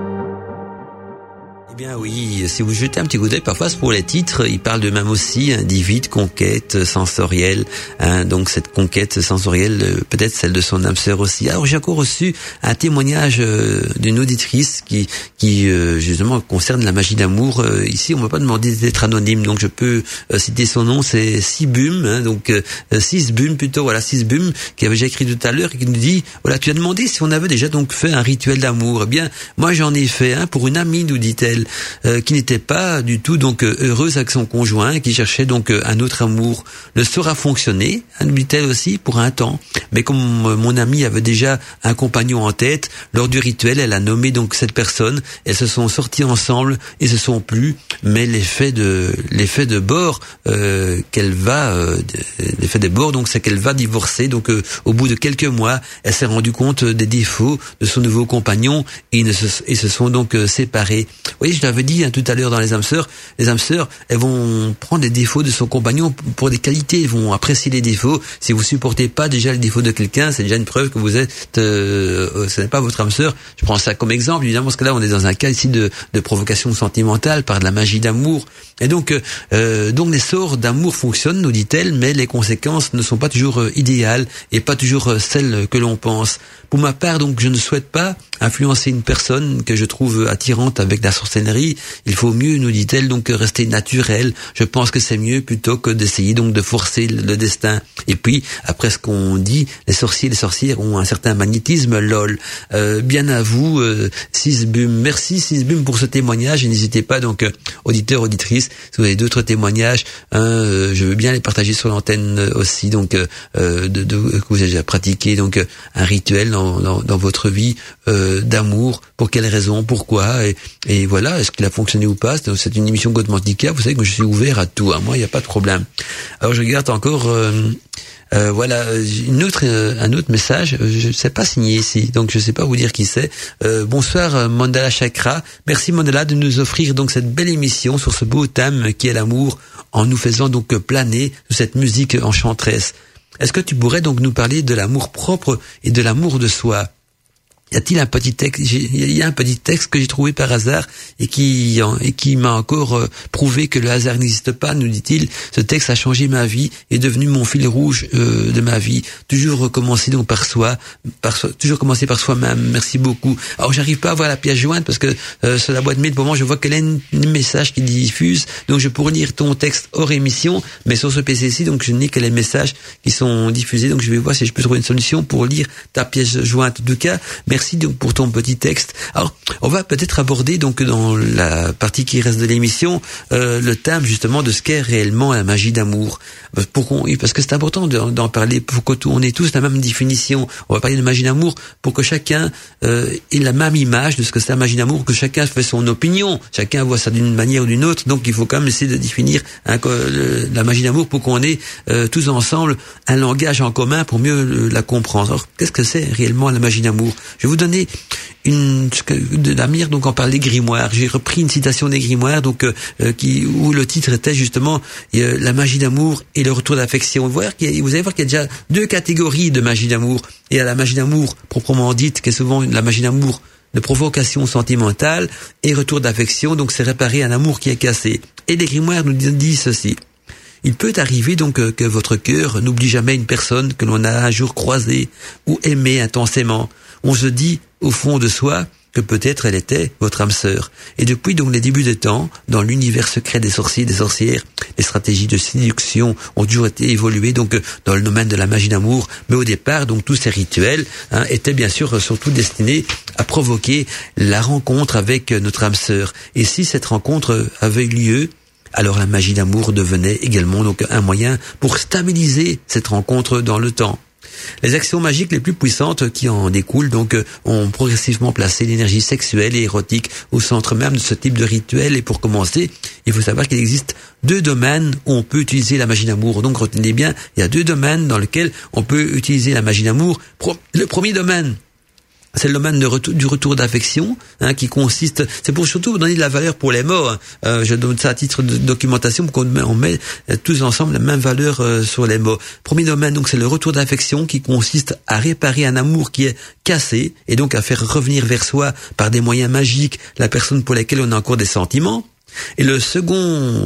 Eh bien oui, si vous jetez un petit coup d'œil, parfois c'est pour les titres, il parle de même aussi hein, divine conquête sensorielle, hein, donc cette conquête sensorielle, euh, peut-être celle de son âme sœur aussi. Alors j'ai encore reçu un témoignage euh, d'une auditrice qui, qui euh, justement concerne la magie d'amour. Euh, ici on ne m'a pas demandé d'être anonyme, donc je peux euh, citer son nom, c'est Sibum, hein, donc euh, Sisbum plutôt, voilà Sisbum, qui avait déjà écrit tout à l'heure et qui nous dit, voilà, tu as demandé si on avait déjà donc fait un rituel d'amour. Eh bien, moi j'en ai fait un pour une amie, nous dit-elle. Euh, qui n'était pas du tout donc euh, heureuse avec son conjoint, qui cherchait donc euh, un autre amour. Le sort a fonctionné, hein, nous dit-elle aussi, pour un temps. Mais comme euh, mon amie avait déjà un compagnon en tête, lors du rituel, elle a nommé donc cette personne. Elles se sont sorties ensemble et se sont plus. Mais l'effet de l'effet de bord euh, qu'elle va, euh, l'effet de bord donc c'est qu'elle va divorcer. Donc euh, au bout de quelques mois, elle s'est rendue compte des défauts de son nouveau compagnon et ils se, ils se sont donc euh, séparés. Vous voyez, je l'avais dit hein, tout à l'heure dans les âmes sœurs, les âmes sœurs, elles vont prendre les défauts de son compagnon pour des qualités, elles vont apprécier les défauts. Si vous supportez pas déjà les défauts de quelqu'un, c'est déjà une preuve que vous êtes, euh, ce n'est pas votre âme sœur. Je prends ça comme exemple, évidemment, parce que là, on est dans un cas ici de, de provocation sentimentale par de la magie d'amour. Et donc, euh, donc les sorts d'amour fonctionnent, nous dit-elle, mais les conséquences ne sont pas toujours euh, idéales et pas toujours euh, celles que l'on pense. Pour ma part, donc, je ne souhaite pas influencer une personne que je trouve attirante avec la sorcellerie. Il faut mieux, nous dit-elle, donc rester naturel. Je pense que c'est mieux plutôt que d'essayer donc de forcer le destin. Et puis, après ce qu'on dit, les sorciers et les sorcières ont un certain magnétisme, lol. Euh, bien à vous, euh, Sisbum. Merci Sisbum pour ce témoignage. Et n'hésitez pas, donc, euh, auditeurs, auditrices, si vous avez d'autres témoignages, hein, euh, je veux bien les partager sur l'antenne aussi. Donc, euh, de, de, que vous avez déjà pratiqué donc un rituel dans, dans, dans votre vie euh, d'amour. Pour quelles raisons, pourquoi, et, et voilà, est-ce qu'il a fonctionné ou pas. C'est une émission Godmantica, vous savez que je suis ouvert à tout, à moi il n'y a pas de problème. Alors je regarde encore euh, euh, voilà une autre euh, un autre message, je ne sais pas signé ici, donc je ne sais pas vous dire qui c'est. Euh, bonsoir Mandala Chakra, merci Mandala de nous offrir donc cette belle émission sur ce beau thème qui est l'amour, en nous faisant donc planer sous cette musique enchanteresse. Est-ce que tu pourrais donc nous parler de l'amour propre et de l'amour de soi? Y a-t-il un petit texte, il y a un petit texte que j'ai trouvé par hasard et qui, et qui m'a encore euh, prouvé que le hasard n'existe pas, nous dit-il. Ce texte a changé ma vie et est devenu mon fil rouge euh, de ma vie. Toujours recommencer donc par soi, par soi, toujours commencer par soi-même. Merci beaucoup. Alors j'arrive pas à voir la pièce jointe parce que euh, sur la boîte mail, pour moi, je vois qu'elle a un message qui diffuse. Donc je pourrais lire ton texte hors émission, mais sur ce P C-ci, donc je n'ai que les messages qui sont diffusés. Donc je vais voir si je peux trouver une solution pour lire ta pièce jointe. En tout cas, merci. merci donc pour ton petit texte. Alors, on va peut-être aborder donc dans la partie qui reste de l'émission euh, le thème justement de ce qu'est réellement la magie d'amour. Pour qu'on, parce que c'est important d'en parler pour que on ait tous la même définition. On va parler de magie d'amour pour que chacun euh, ait la même image de ce que c'est la magie d'amour, que chacun fait son opinion, chacun voit ça d'une manière ou d'une autre. Donc il faut quand même essayer de définir hein, le, la magie d'amour pour qu'on ait euh, tous ensemble un langage en commun pour mieux le, la comprendre. Alors, qu'est-ce que c'est réellement la magie d'amour? Je vais vous donner une de la mire, donc on parle des grimoires. J'ai repris une citation des grimoires, donc euh, qui où le titre était justement euh, la magie d'amour et le retour d'affection. Vous, vous allez voir qu'il y a déjà deux catégories de magie d'amour. Il y a la magie d'amour proprement dite, qui est souvent la magie d'amour de provocation sentimentale et retour d'affection. Donc c'est réparer un amour qui est cassé. Et les grimoires nous disent ceci. Il peut arriver donc que, que votre cœur n'oublie jamais une personne que l'on a un jour croisée ou aimée intensément. On se dit au fond de soi que peut-être elle était votre âme sœur. Et depuis donc les débuts des temps, dans l'univers secret des sorciers et des sorcières, les stratégies de séduction ont toujours été évoluées donc dans le domaine de la magie d'amour. Mais au départ, donc tous ces rituels hein, étaient bien sûr surtout destinés à provoquer la rencontre avec notre âme sœur. Et si cette rencontre avait eu lieu, alors la magie d'amour devenait également donc un moyen pour stabiliser cette rencontre dans le temps. Les actions magiques les plus puissantes qui en découlent donc ont progressivement placé l'énergie sexuelle et érotique au centre même de ce type de rituel. Et pour commencer, il faut savoir qu'il existe deux domaines où on peut utiliser la magie d'amour. Donc retenez bien, il y a deux domaines dans lesquels on peut utiliser la magie d'amour. Le premier domaine, c'est le domaine de retour, du retour d'affection, hein, qui consiste, c'est pour surtout donner de la valeur pour les mots. Hein. Euh, je donne ça à titre de documentation pour qu'on met, on met tous ensemble la même valeur euh, sur les mots. Premier domaine, donc, c'est le retour d'affection qui consiste à réparer un amour qui est cassé et donc à faire revenir vers soi par des moyens magiques la personne pour laquelle on a encore des sentiments. Et le second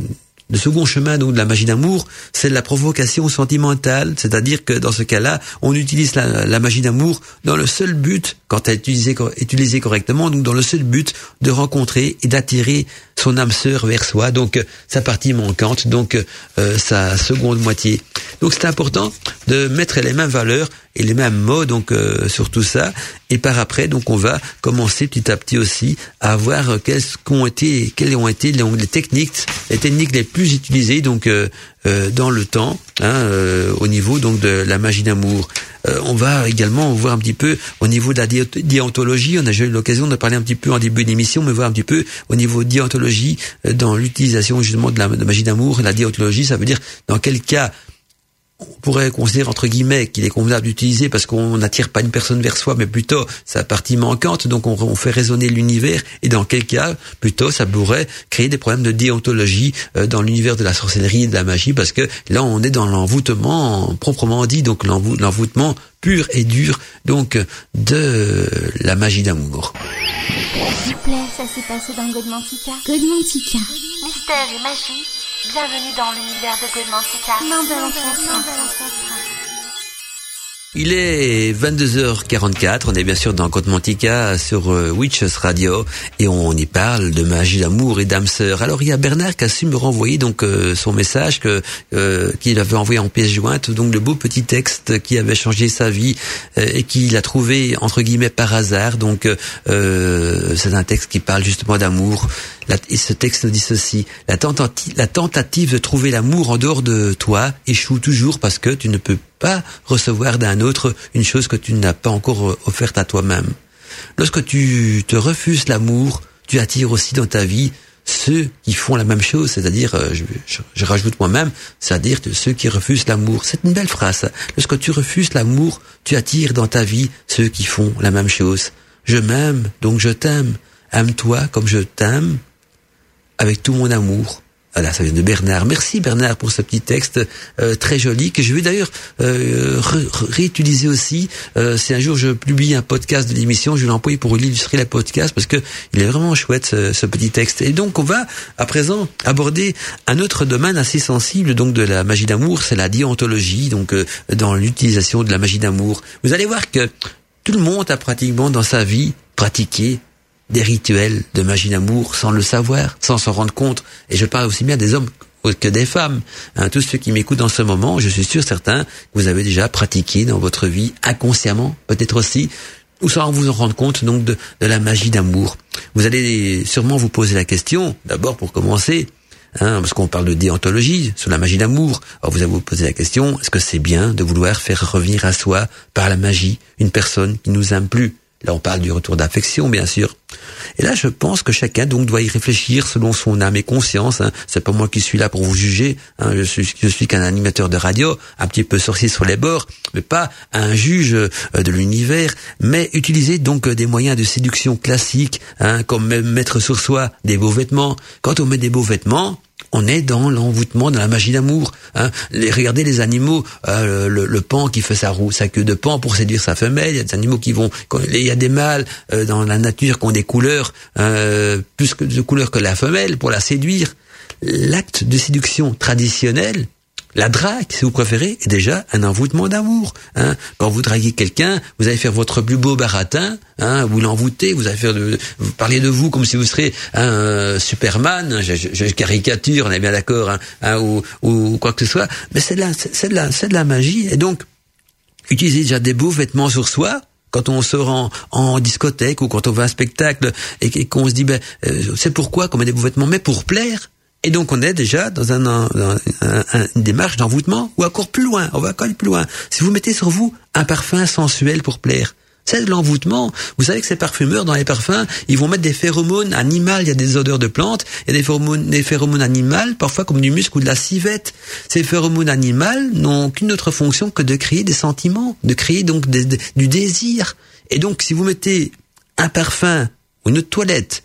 Le second chemin donc de la magie d'amour, c'est la provocation sentimentale, c'est-à-dire que dans ce cas-là, on utilise la, la magie d'amour dans le seul but, quand elle est utilisée, utilisée correctement, donc dans le seul but de rencontrer et d'attirer son âme sœur vers soi, donc sa partie manquante, donc euh, sa seconde moitié. Donc c'est important de mettre les mêmes valeurs et les mêmes mots donc euh, sur tout ça. Et par après, donc on va commencer petit à petit aussi à voir quelles ont été, quelles ont été les, les techniques, les techniques les plus utilisées donc euh, euh, dans le temps, hein, euh, au niveau donc de la magie d'amour. Euh, on va également voir un petit peu au niveau de la déontologie. On a déjà eu l'occasion de parler un petit peu en début d'émission, mais voir un petit peu au niveau de déontologie euh, dans l'utilisation justement de la de magie d'amour. La déontologie, ça veut dire dans quel cas on pourrait considérer entre guillemets qu'il est convenable d'utiliser parce qu'on n'attire pas une personne vers soi, mais plutôt sa partie manquante, donc on, on fait résonner l'univers, et dans quel cas plutôt ça pourrait créer des problèmes de déontologie euh, dans l'univers de la sorcellerie et de la magie, parce que là on est dans l'envoûtement proprement dit, donc l'envou- l'envoûtement pur et dur donc de la magie d'amour. S'il vous plaît, ça s'est passé dans Godmantica. Godmantica. Mystère et magie. Bienvenue dans l'univers de Godmantica. Non de l'ancêtre. Il est vingt-deux heures quarante-quatre, on est bien sûr dans Godmantica sur euh, Witches Radio et on y parle de magie d'amour et d'âme sœur. Alors il y a Bernard qui a su me renvoyer donc euh, son message que euh, qu'il avait envoyé en pièce jointe, donc le beau petit texte qui avait changé sa vie euh, et qu'il a trouvé entre guillemets par hasard. Donc euh, c'est un texte qui parle justement d'amour. La, et ce texte nous dit ceci: la tentative, la tentative de trouver l'amour en dehors de toi échoue toujours parce que tu ne peux pas recevoir d'un autre une chose que tu n'as pas encore offerte à toi-même. Lorsque tu te refuses l'amour, tu attires aussi dans ta vie ceux qui font la même chose, c'est-à-dire, je, je, je rajoute moi-même, c'est-à-dire ceux qui refusent l'amour. C'est une belle phrase. Lorsque tu refuses l'amour, tu attires dans ta vie ceux qui font la même chose. Je m'aime, donc je t'aime. Aime-toi comme je t'aime, avec tout mon amour. Voilà, ça vient de Bernard. Merci Bernard pour ce petit texte euh, très joli que je vais d'ailleurs euh, ré- réutiliser aussi. Euh, si un jour je publie un podcast de l'émission, je vais l'employer pour illustrer le podcast parce que il est vraiment chouette ce, ce petit texte. Et donc on va à présent aborder un autre domaine assez sensible donc de la magie d'amour, c'est la déontologie. Donc euh, dans l'utilisation de la magie d'amour, vous allez voir que tout le monde a pratiquement dans sa vie pratiqué des rituels de magie d'amour sans le savoir, sans s'en rendre compte. Et je parle aussi bien des hommes que des femmes. Hein, tous ceux qui m'écoutent en ce moment, je suis sûr certain que vous avez déjà pratiqué dans votre vie inconsciemment, peut-être aussi, ou sans vous en rendre compte donc de, de la magie d'amour. Vous allez sûrement vous poser la question, d'abord pour commencer, hein, parce qu'on parle de déontologie sur la magie d'amour. Alors vous allez vous poser la question, est-ce que c'est bien de vouloir faire revenir à soi par la magie une personne qui nous aime plus? Là, on parle du retour d'affection, bien sûr. Et là, je pense que chacun donc doit y réfléchir selon son âme et conscience. Hein. C'est pas moi qui suis là pour vous juger. Hein. Je suis, je suis qu'un animateur de radio, un petit peu sorcier sur les bords, mais pas un juge de l'univers. Mais utiliser donc des moyens de séduction classiques, hein, comme mettre sur soi des beaux vêtements. Quand on met des beaux vêtements, on est dans l'envoûtement, dans la magie d'amour. Hein. Les, regardez les animaux, euh, le, le pan qui fait sa roue, sa queue de pan pour séduire sa femelle. Il y a des animaux qui vont, il y a des mâles euh, dans la nature qui ont des couleurs euh, plus que de couleurs que la femelle pour la séduire. L'acte de séduction traditionnel, la drague, si vous préférez, est déjà un envoûtement d'amour. Hein. Quand vous draguez quelqu'un, vous allez faire votre plus beau baratin, hein, vous l'envoûtez, vous allez faire de, vous parlez de vous comme si vous seriez un euh, Superman. Je, je, je caricature, on est bien d'accord, hein, hein, ou, ou quoi que ce soit. Mais c'est de la, c'est de la, c'est de la magie. Et donc, utilisez déjà des beaux vêtements sur soi. Quand on sort en, en discothèque ou quand on va à un spectacle et, et qu'on se dit, ben, euh, c'est pourquoi qu'on met des beaux vêtements, mais pour plaire. Et donc on est déjà dans un, un, un, un, une démarche d'envoûtement, ou encore plus loin, on va encore aller plus loin. Si vous mettez sur vous un parfum sensuel pour plaire, c'est de l'envoûtement. Vous savez que ces parfumeurs, dans les parfums, ils vont mettre des phéromones animales, il y a des odeurs de plantes, il y a des phéromones, des phéromones animales, parfois comme du musc ou de la civette. Ces phéromones animales n'ont qu'une autre fonction que de créer des sentiments, de créer donc des, des, du désir. Et donc si vous mettez un parfum ou une toilette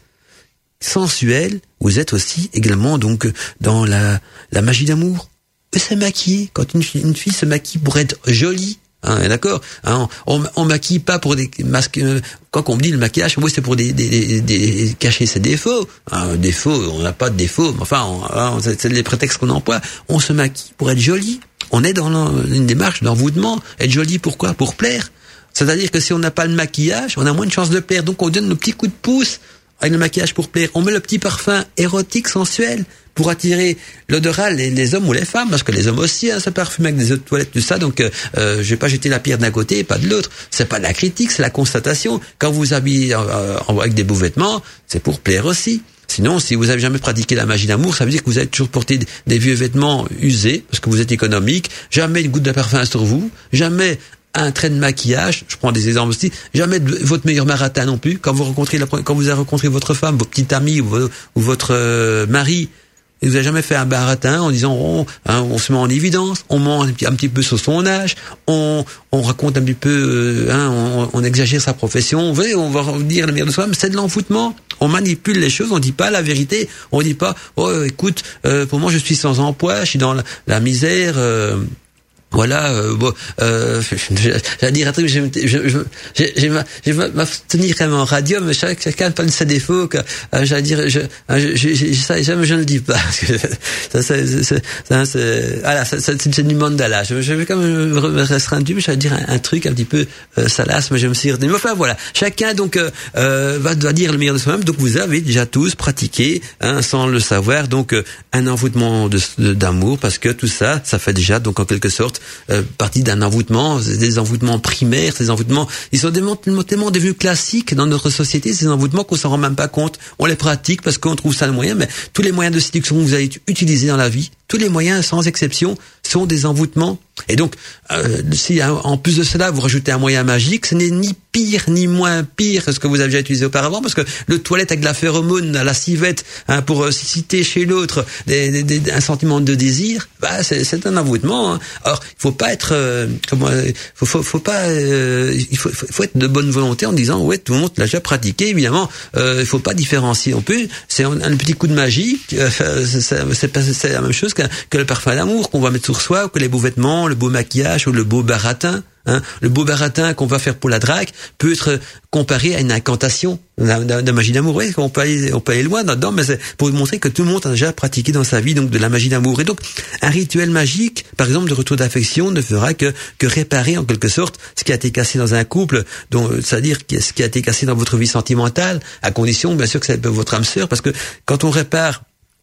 sensuelle, vous êtes aussi également donc dans la, la magie d'amour. Et se maquiller, quand une, une fille se maquille pour être jolie, hein, d'accord, hein, on, on maquille pas pour des masques. Quand on me dit le maquillage, oui, c'est pour des, des, des, des cacher ses défauts. Hein, défauts, on n'a pas de défauts, mais enfin, on, hein, c'est, c'est les prétextes qu'on emploie. On se maquille pour être joli. On est dans une démarche d'envoûtement. Être joli, pourquoi? Pour plaire. C'est-à-dire que si on n'a pas le maquillage, on a moins de chances de plaire. Donc on donne nos petits coups de pouce avec le maquillage pour plaire. On met le petit parfum érotique, sensuel, pour attirer l'odorat, les, les hommes ou les femmes, parce que les hommes aussi hein, se parfument avec des eaux de toilette, tout ça. Donc, euh, je vais pas jeter la pierre d'un côté et pas de l'autre. C'est pas de la critique, c'est la constatation. Quand vous habillez euh, avec des beaux vêtements, c'est pour plaire aussi. Sinon, si vous avez jamais pratiqué la magie d'amour, ça veut dire que vous avez toujours porté des vieux vêtements usés, parce que vous êtes économique, jamais une goutte de parfum sur vous, jamais un trait de maquillage, je prends des exemples aussi, jamais de votre meilleur baratin non plus. Quand vous rencontrez la, quand vous avez rencontré votre femme, vos petites amies ou, vo, ou votre euh, mari, et vous n'avez jamais fait un baratin en disant on, hein, on se met en évidence, on ment un petit, un petit peu sur son âge, on, on raconte un petit peu, euh, hein, on, on exagère sa profession, on veut, on va dire le meilleur de soi, mais c'est de l'envoûtement. On manipule les choses, on dit pas la vérité, on dit pas oh écoute, euh, pour moi je suis sans emploi, je suis dans la, la misère. Euh, Voilà, euh, bon, euh, j'allais dire un truc, je vais je, je, je, je, je m'abstenir quand même en radio, mais chaque, chacun parle de ses défauts, que, euh, j'allais dire, je, je, je, je, ça, jamais je ne le dis pas, parce que ça, c'est, c'est, ça, c'est, voilà, ça, c'est, c'est du mandala. Je, je vais quand même me restreindre, mais j'allais dire un, un truc un petit peu euh, salace, mais je me suis retenu. Mais enfin, voilà, chacun donc euh, euh, va, doit dire le meilleur de soi-même. Donc vous avez déjà tous pratiqué, hein, sans le savoir, donc euh, un envoûtement de, de, d'amour, parce que tout ça, ça fait déjà donc en quelque sorte Euh, partie d'un envoûtement, des envoûtements primaires, ces envoûtements, ils sont tellement devenus classiques dans notre société, ces envoûtements qu'on s'en rend même pas compte. On les pratique parce qu'on trouve ça le moyen, mais tous les moyens de séduction que vous avez utilisés dans la vie, tous les moyens sans exception sont des envoûtements. Et donc, euh, si en plus de cela vous rajoutez un moyen magique, ce n'est ni pire ni moins pire que ce que vous avez déjà utilisé auparavant, parce que le toilette avec de la phéromone, la civette, hein, pour euh, susciter chez l'autre des, des, des, un sentiment de désir, bah c'est, c'est un envoûtement. Hein. Alors, il faut pas être, euh, comment, faut, faut, faut pas, euh, il faut, faut être de bonne volonté en disant ouais tout le monde l'a déjà pratiqué. Évidemment, euh, il faut pas différencier non plus. C'est un, un petit coup de magie. Euh, c'est, c'est, c'est la même chose que, que le parfum d'amour qu'on va mettre sur soi, ou que les beaux vêtements, le beau maquillage ou le beau baratin. Hein, le beau baratin qu'on va faire pour la drague peut être comparé à une incantation de, de magie d'amour. Oui, on peut aller, on peut aller loin là-dedans, mais c'est pour vous montrer que tout le monde a déjà pratiqué dans sa vie donc de la magie d'amour. Et donc, un rituel magique, par exemple de retour d'affection, ne fera que que réparer en quelque sorte ce qui a été cassé dans un couple, donc c'est-à-dire ce qui a été cassé dans votre vie sentimentale, à condition bien sûr que c'est votre âme sœur, parce que quand on répare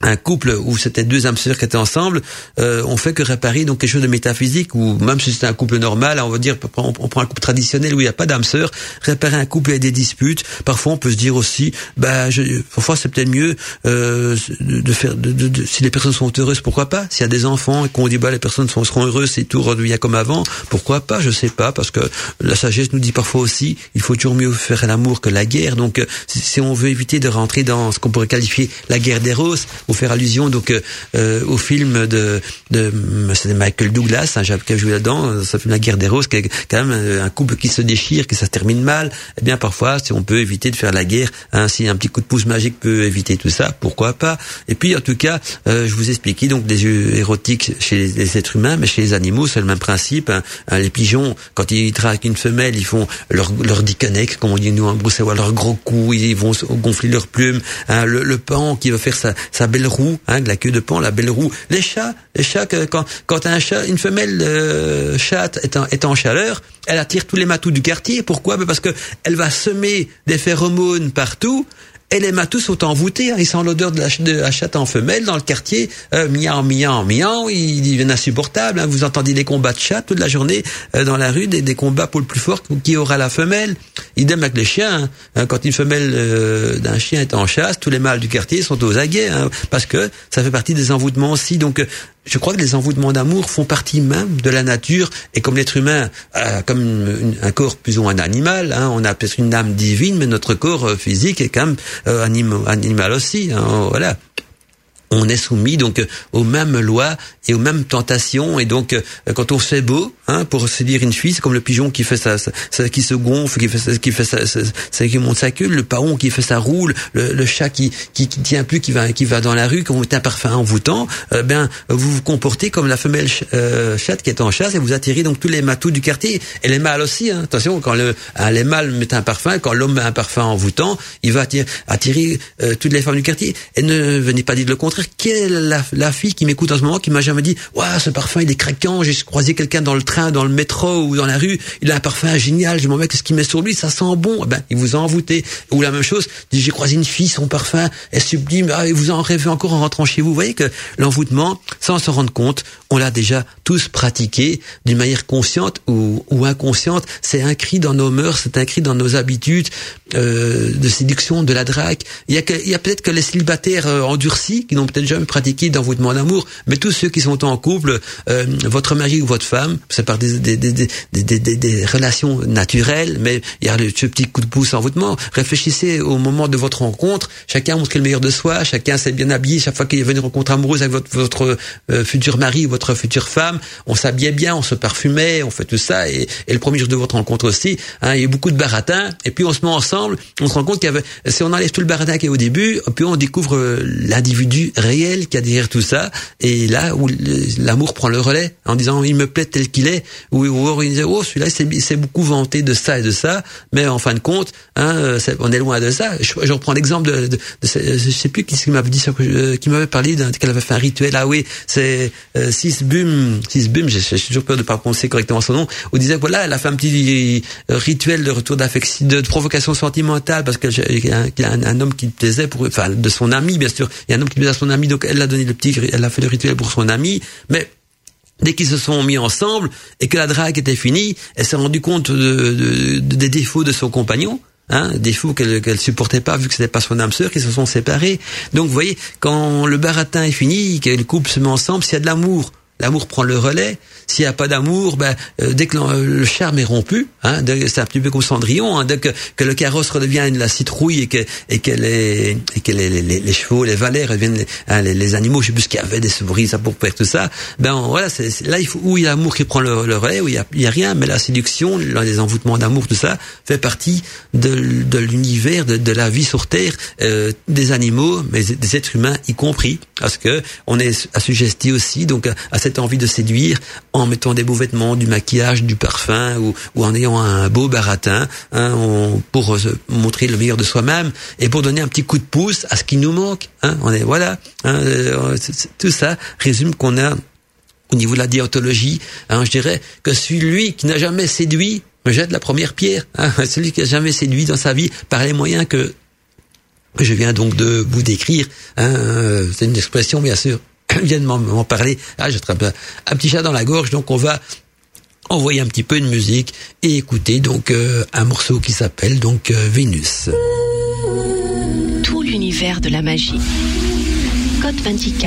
un couple où c'était deux âmes sœurs qui étaient ensemble, euh, on fait que réparer donc quelque chose de métaphysique, ou même si c'était un couple normal, on va dire, on, on prend un couple traditionnel où il n'y a pas d'âme sœur, réparer un couple, il y a des disputes. Parfois, on peut se dire aussi, bah, je, parfois c'est peut-être mieux euh, de, de faire, de, de, de, si les personnes sont heureuses, pourquoi pas. S'il y a des enfants et qu'on dit bah les personnes sont, seront heureuses et tout redevient comme avant, pourquoi pas. Je sais pas, parce que la sagesse nous dit parfois aussi, il faut toujours mieux faire l'amour que la guerre. Donc, si, si on veut éviter de rentrer dans ce qu'on pourrait qualifier la guerre des roses, pour faire allusion donc euh, au film de de c'est Michael Douglas, hein, j'ai joué là-dedans, ça fait La Guerre des Roses, qui est quand même un couple qui se déchire, qui ça se termine mal. Eh bien parfois, si on peut éviter de faire la guerre, hein, si un petit coup de pouce magique peut éviter tout ça, pourquoi pas. Et puis en tout cas, euh, je vous ai expliqué donc des yeux érotiques chez les, les êtres humains, mais chez les animaux c'est le même principe. Hein. Hein, les pigeons, quand ils traquent une femelle, ils font leur leur disconnect, comme on dit nous en Bruxelles, leur gros cou, ils vont gonfler leurs plumes. Hein, le, le paon qui va faire sa, sa belle roue, hein, de la queue de paon, la belle roue. Les chats, les chats, quand quand un chat, une femelle euh, chatte est en, est en chaleur, elle attire tous les matous du quartier. Pourquoi? Ben parce que elle va semer des phéromones partout. Et les matous sont envoûtés, hein. Ils sentent l'odeur de la, de la chatte en femelle dans le quartier, euh, miaou, miaou, miaou, ils deviennent insupportables, hein. Vous entendez des combats de chats toute la journée euh, dans la rue, des, des combats pour le plus fort qui aura la femelle. Idem avec les chiens, hein. Quand une femelle euh, d'un chien est en chasse, tous les mâles du quartier sont aux aguets, hein, parce que ça fait partie des envoûtements aussi. Donc euh, je crois que les envoûtements d'amour font partie même de la nature, et comme l'être humain a comme une, un corps plus ou moins animal, hein, on a peut-être une âme divine, mais notre corps euh, physique est quand même euh, anim, animal aussi, hein, voilà. On est soumis donc euh, aux mêmes lois et aux mêmes tentations, et donc euh, quand on se fait beau, hein, pour séduire une fille, c'est comme le pigeon qui fait ça, qui se gonfle, qui fait ça, qui fait ça, ça, ça qui monte sa queue, le paon qui fait sa roule, le, le chat qui, qui qui tient plus, qui va qui va dans la rue, quand vous êtes un parfum envoûtant, euh, ben vous vous comportez comme la femelle ch- euh, chatte qui est en chasse, et vous attirez donc tous les matous du quartier, et les mâles aussi. Hein. Attention, quand le hein, les mâles mettent un parfum, quand l'homme met un parfum envoûtant, il va attirer, attirer euh, toutes les femmes du quartier. Et ne venez pas dire le contraire. Quelle est la, la fille qui m'écoute en ce moment qui m'a jamais dit waouh, ce parfum il est craquant, j'ai croisé quelqu'un dans le train, dans le métro ou dans la rue, il a un parfum génial, je m'en mets, qu'est-ce qu'il met sur lui, ça sent bon. Eh ben il vous a envoûté. Ou la même chose, j'ai croisé une fille, son parfum est sublime, ah, et vous en rêvez encore en rentrant chez vous. Vous voyez que l'envoûtement, sans s'en rendre compte, on l'a déjà tous pratiqué d'une manière consciente ou, ou inconsciente. C'est un cri dans nos mœurs, c'est un cri dans nos habitudes euh, de séduction, de la drague. Il y a, que, il y a peut-être que les célibataires euh, endurcis qui n'ont peut-être jamais pratiqué d'envoûtement d'amour, mais tous ceux qui sont en couple, euh, votre mari ou votre femme, c'est par des, des, des, des, des, des, des relations naturelles, mais il y a le, ce petit coup de pouce envoûtement. Réfléchissez au moment de votre rencontre, chacun montre le meilleur de soi, chacun s'est bien habillé, chaque fois qu'il y avait une rencontre amoureuse avec votre, votre euh, futur mari ou votre future femme, on s'habillait bien, on se parfumait, on fait tout ça, et, et le premier jour de votre rencontre aussi, hein, il y a eu beaucoup de baratin, et puis on se met ensemble, on se rend compte qu'il y avait, si on enlève tout le baratin qu'il y a au début, puis on découvre euh, l'individu réel qu'il y a derrière tout ça, et là où l'amour prend le relais, en disant il me plaît tel qu'il est, ou, ou il disait oh celui-là c'est, c'est beaucoup vanté de ça et de ça, mais en fin de compte, hein, c'est, on est loin de ça. Je, je reprends l'exemple de, de, de, de je sais plus qui m'avait dit ça, euh, qui m'avait parlé d'un, qu'elle avait fait un rituel. Ah oui, c'est euh, Sisbum, Sisbum, j'ai, j'ai toujours peur de pas prononcer correctement son nom. On disait voilà, elle a fait un petit rituel de retour d'affection, de, de provocation sentimentale, parce qu'il y a, un, un, un homme qui plaisait pour, enfin de son ami bien sûr, il y a un homme qui plaisait à son ami, donc elle a donné le petit, elle a fait le rituel pour son ami, mais dès qu'ils se sont mis ensemble et que la drague était finie, elle s'est rendue compte de, de, de, des défauts de son compagnon, hein, défauts qu'elle qu'elle supportait pas vu que c'était pas son âme sœur, qu'ils se sont séparés. Donc vous voyez, quand le baratin est fini, que le couple se met ensemble, s'il y a de l'amour, l'amour prend le relais. S'il n'y a pas d'amour, ben euh, dès que le charme est rompu, hein, de, c'est un petit peu comme Cendrillon, hein, dès que, que le carrosse redevient la citrouille et que et que les et que les, les, les chevaux, les valets reviennent, les, hein, les, les animaux, je sais plus ce qu'il y avait, des souris, ça pour faire tout ça. Ben voilà, c'est, c'est là il faut, où il y a l'amour qui prend le, le relais, où il y a, il y a rien, mais la séduction, les envoûtements d'amour, tout ça fait partie de, de l'univers, de, de la vie sur terre, euh, des animaux, mais des êtres humains y compris, parce que on est assujetti aussi donc à, à cette envie de séduire en mettant des beaux vêtements, du maquillage, du parfum, ou, ou en ayant un beau baratin, hein, on, pour se montrer le meilleur de soi-même et pour donner un petit coup de pouce à ce qui nous manque. Hein, on est voilà, hein, euh, c'est, c'est, tout ça résume qu'on a au niveau de la déontologie. Hein, je dirais que celui qui n'a jamais séduit me jette la première pierre. Hein, celui qui n'a jamais séduit dans sa vie par les moyens que que je viens donc de vous décrire. Hein, c'est une expression, bien sûr, vient de m'en, m'en parler. Ah, j'attrape un, un petit chat dans la gorge, donc on va envoyer un petit peu de musique et écouter donc euh, un morceau qui s'appelle donc euh, Vénus. Tout l'univers de la magie. Godmantica.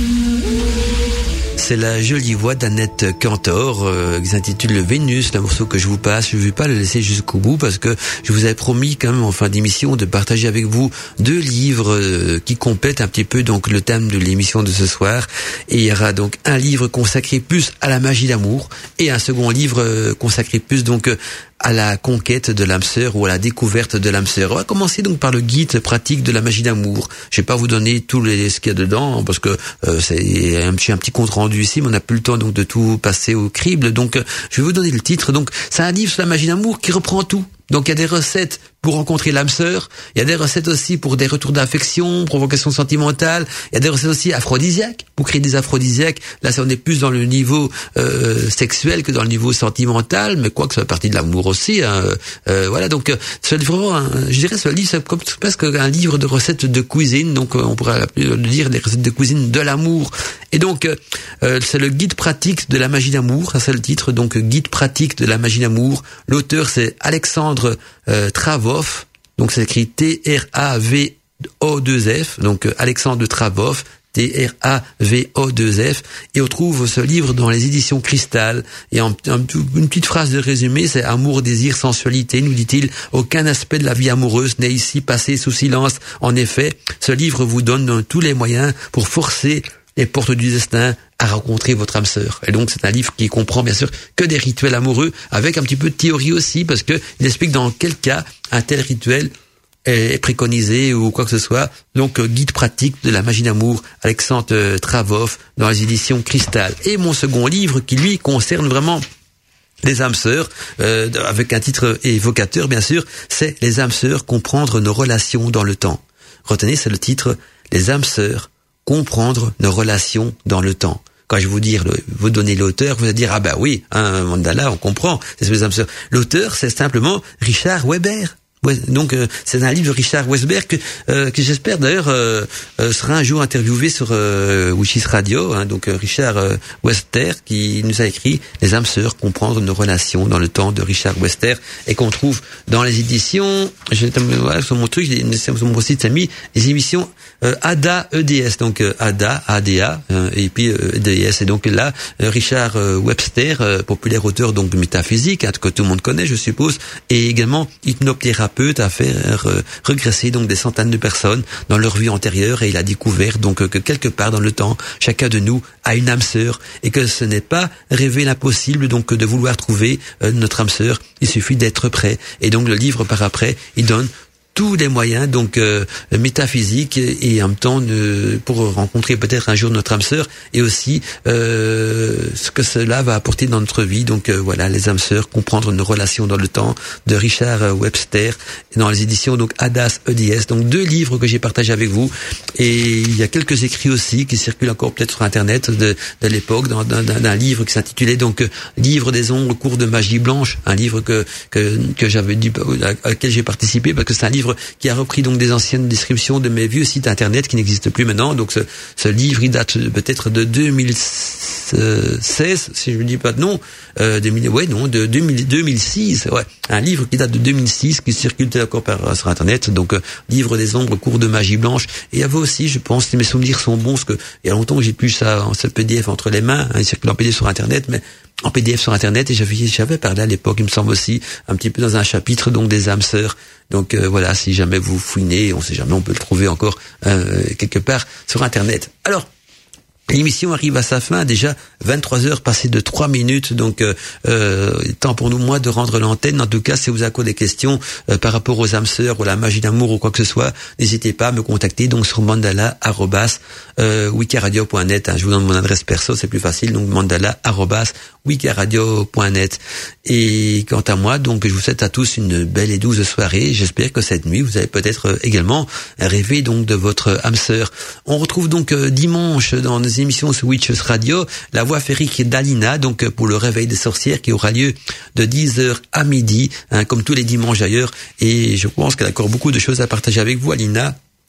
C'est la jolie voix d'Annette Cantor euh, qui s'intitule Vénus, le morceau que je vous passe. Je ne vais pas le laisser jusqu'au bout parce que je vous avais promis quand même en fin d'émission de partager avec vous deux livres euh, qui complètent un petit peu donc le thème de l'émission de ce soir. Et il y aura donc un livre consacré plus à la magie d'amour et un second livre euh, consacré plus donc euh, à la conquête de l'âme sœur ou à la découverte de l'âme sœur. On va commencer donc par le guide pratique de la magie d'amour. Je vais pas vous donner tout les, ce qu'il y a dedans parce que euh, c'est un petit, un petit compte rendu ici, mais on n'a plus le temps donc de tout passer au crible. Donc, euh, je vais vous donner le titre. Donc, c'est un livre sur la magie d'amour qui reprend tout. Donc, il y a des recettes pour rencontrer l'âme sœur. Il y a des recettes aussi pour des retours d'affection, provocation sentimentale. Il y a des recettes aussi aphrodisiaques, pour créer des aphrodisiaques. Là, ça, on est plus dans le niveau euh, sexuel que dans le niveau sentimental, mais quoi que ça fait partie de l'amour aussi. Hein. Euh, voilà, donc c'est vraiment, un, je dirais, ce livre, c'est comme presque un livre de recettes de cuisine. Donc, on pourrait le dire des recettes de cuisine de l'amour. Et donc, euh, c'est le guide pratique de la magie d'amour. Ça, c'est le titre. Donc, guide pratique de la magie d'amour. L'auteur, c'est Alexandre euh, Travoff. Donc, c'est écrit T R A V O deux F. Donc, euh, Alexandre Travoff. T R A V O deux F, et on trouve ce livre dans les éditions Cristal. Et en, en, une petite phrase de résumé, c'est amour, désir, sensualité, nous dit-il, aucun aspect de la vie amoureuse n'est ici passé sous silence. En effet, ce livre vous donne tous les moyens pour forcer les portes du destin à rencontrer votre âme sœur. Et donc, c'est un livre qui comprend bien sûr que des rituels amoureux, avec un petit peu de théorie aussi, parce que il explique dans quel cas un tel rituel est préconisé ou quoi que ce soit. Donc, euh, guide pratique de la magie d'amour, Alexandre euh, Travoff, dans les éditions Cristal. Et mon second livre, qui lui concerne vraiment les âmes sœurs, euh, avec un titre évocateur, bien sûr, c'est Les âmes sœurs, comprendre nos relations dans le temps. Retenez, c'est le titre, Les âmes sœurs, comprendre nos relations dans le temps. Quand je vous dire, vous donnez l'auteur, vous allez dire, ah ben oui, un mandala, on comprend, c'est les âmes sœurs. L'auteur, c'est simplement Richard Weber. Ouais, donc euh, c'est un livre de Richard Westberg que, euh, que j'espère d'ailleurs euh, euh, sera un jour interviewé sur euh, Witchis Radio. Hein, donc euh, Richard euh, Wester qui nous a écrit Les âmes sœurs, comprendre nos relations dans le temps de Richard Wester, et qu'on trouve dans les éditions. Je, voilà, sur mon truc, sur mon site, ça a mis les émissions euh, A D A E D S. Donc euh, A D A, A D A euh, et puis euh, E D S. Et donc là, euh, Richard euh, Webster, euh, populaire auteur donc de métaphysique, hein, que tout le monde connaît, je suppose, et également hypnothérapeute, à faire euh, regresser donc des centaines de personnes dans leur vie antérieure, et il a découvert donc euh, que quelque part dans le temps, chacun de nous a une âme sœur, et que ce n'est pas rêver l'impossible donc de vouloir trouver euh, notre âme sœur, il suffit d'être prêt. Et donc le livre par après, il donne tous les moyens donc euh, métaphysiques et en même temps euh, pour rencontrer peut-être un jour notre âme sœur, et aussi euh, ce que cela va apporter dans notre vie. Donc euh, voilà, Les âmes sœurs, comprendre nos relations dans le temps, de Richard Webster, dans les éditions donc A D A S E D S. Donc deux livres que j'ai partagés avec vous, et il y a quelques écrits aussi qui circulent encore peut-être sur internet de, de l'époque, dans, d'un, d'un livre qui s'intitulait donc Livre des ombres, cours de magie blanche, un livre que que, que j'avais dû à laquelle j'ai participé parce que c'est un livre qui a repris donc des anciennes descriptions de mes vieux sites internet qui n'existent plus maintenant. Donc ce, ce livre, il date peut-être de deux mille seize, si je ne dis pas de nom, euh, deux mille, ouais non, de deux mille, deux mille six, ouais, un livre qui date de deux mille six, qui circule encore par, sur internet. Donc euh, Livre des ombres, cours de magie blanche. Et il y avait aussi, je pense, si mes souvenirs sont bons, parce que il y a longtemps que j'ai plus ça en ce P D F entre les mains, hein, il circule en P D F sur internet, mais en P D F sur internet, et j'avais j'avais parlé à l'époque, il me semble aussi, un petit peu dans un chapitre donc des âmes sœurs. Donc euh, voilà, si jamais vous fouinez, on sait jamais, on peut le trouver encore euh, quelque part sur internet. Alors, l'émission arrive à sa fin, déjà vingt-trois heures passées de trois minutes, donc euh, euh, temps pour nous, moi, de rendre l'antenne. En tout cas, si vous avez encore des questions euh, par rapport aux âmes sœurs ou la magie d'amour ou quoi que ce soit, n'hésitez pas à me contacter donc sur mandala arobase wikiradio point net. Hein. Je vous donne mon adresse perso, c'est plus facile, donc mandala arobase wikiradio point net. Et quant à moi, donc je vous souhaite à tous une belle et douce soirée. J'espère que cette nuit, vous avez peut-être également rêvé donc de votre âme sœur. On retrouve donc euh, dimanche dans nos émissions sur Witchis Radio la voix féerique d'Alina, donc pour le réveil des sorcières qui aura lieu de dix heures à midi, hein, comme tous les dimanches d'ailleurs. Et je pense qu'elle a encore beaucoup de choses à partager avec vous, Alina.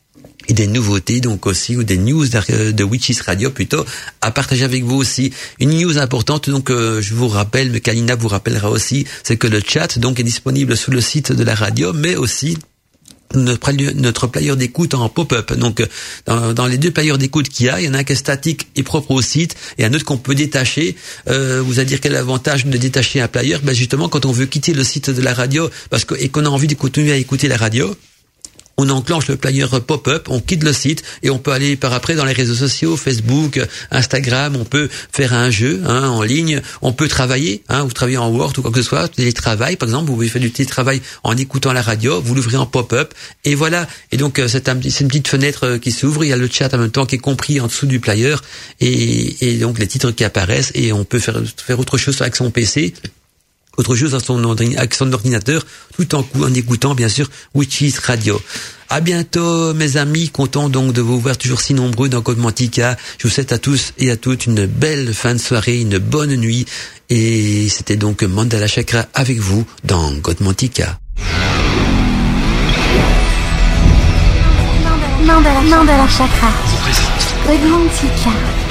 et des nouveautés donc aussi, ou des news de Witches Radio plutôt, à partager avec vous aussi. Une news importante, donc euh, je vous rappelle, mais Kalina vous rappellera aussi, c'est que le chat donc est disponible sur le site de la radio, mais aussi notre, notre player d'écoute en pop-up. Donc dans, dans les deux players d'écoute qu'il y a, il y en a un qui est statique et propre au site, et un autre qu'on peut détacher. Euh, vous allez dire quel est l'avantage de détacher un player? Ben justement, quand on veut quitter le site de la radio, parce que et qu'on a envie de continuer à écouter la radio, on enclenche le player pop-up, on quitte le site et on peut aller par après dans les réseaux sociaux, Facebook, Instagram, on peut faire un jeu hein, en ligne, on peut travailler, hein, vous travaillez en Word ou quoi que ce soit, télétravail par exemple, vous pouvez faire du télétravail en écoutant la radio, vous l'ouvrez en pop-up et voilà. Et donc c'est, un, c'est une petite fenêtre qui s'ouvre, il y a le chat en même temps qui est compris en dessous du player et, et donc les titres qui apparaissent et on peut faire, faire autre chose avec son P C. Autre chose à son, avec son ordinateur, tout en, en écoutant, bien sûr, Witches Radio. À bientôt, mes amis. Content donc de vous voir toujours si nombreux dans Godmantica. Je vous souhaite à tous et à toutes une belle fin de soirée, une bonne nuit. Et c'était donc Mandala Chakra avec vous dans Godmantica. Mandala, Mandala Chakra. Godmantica.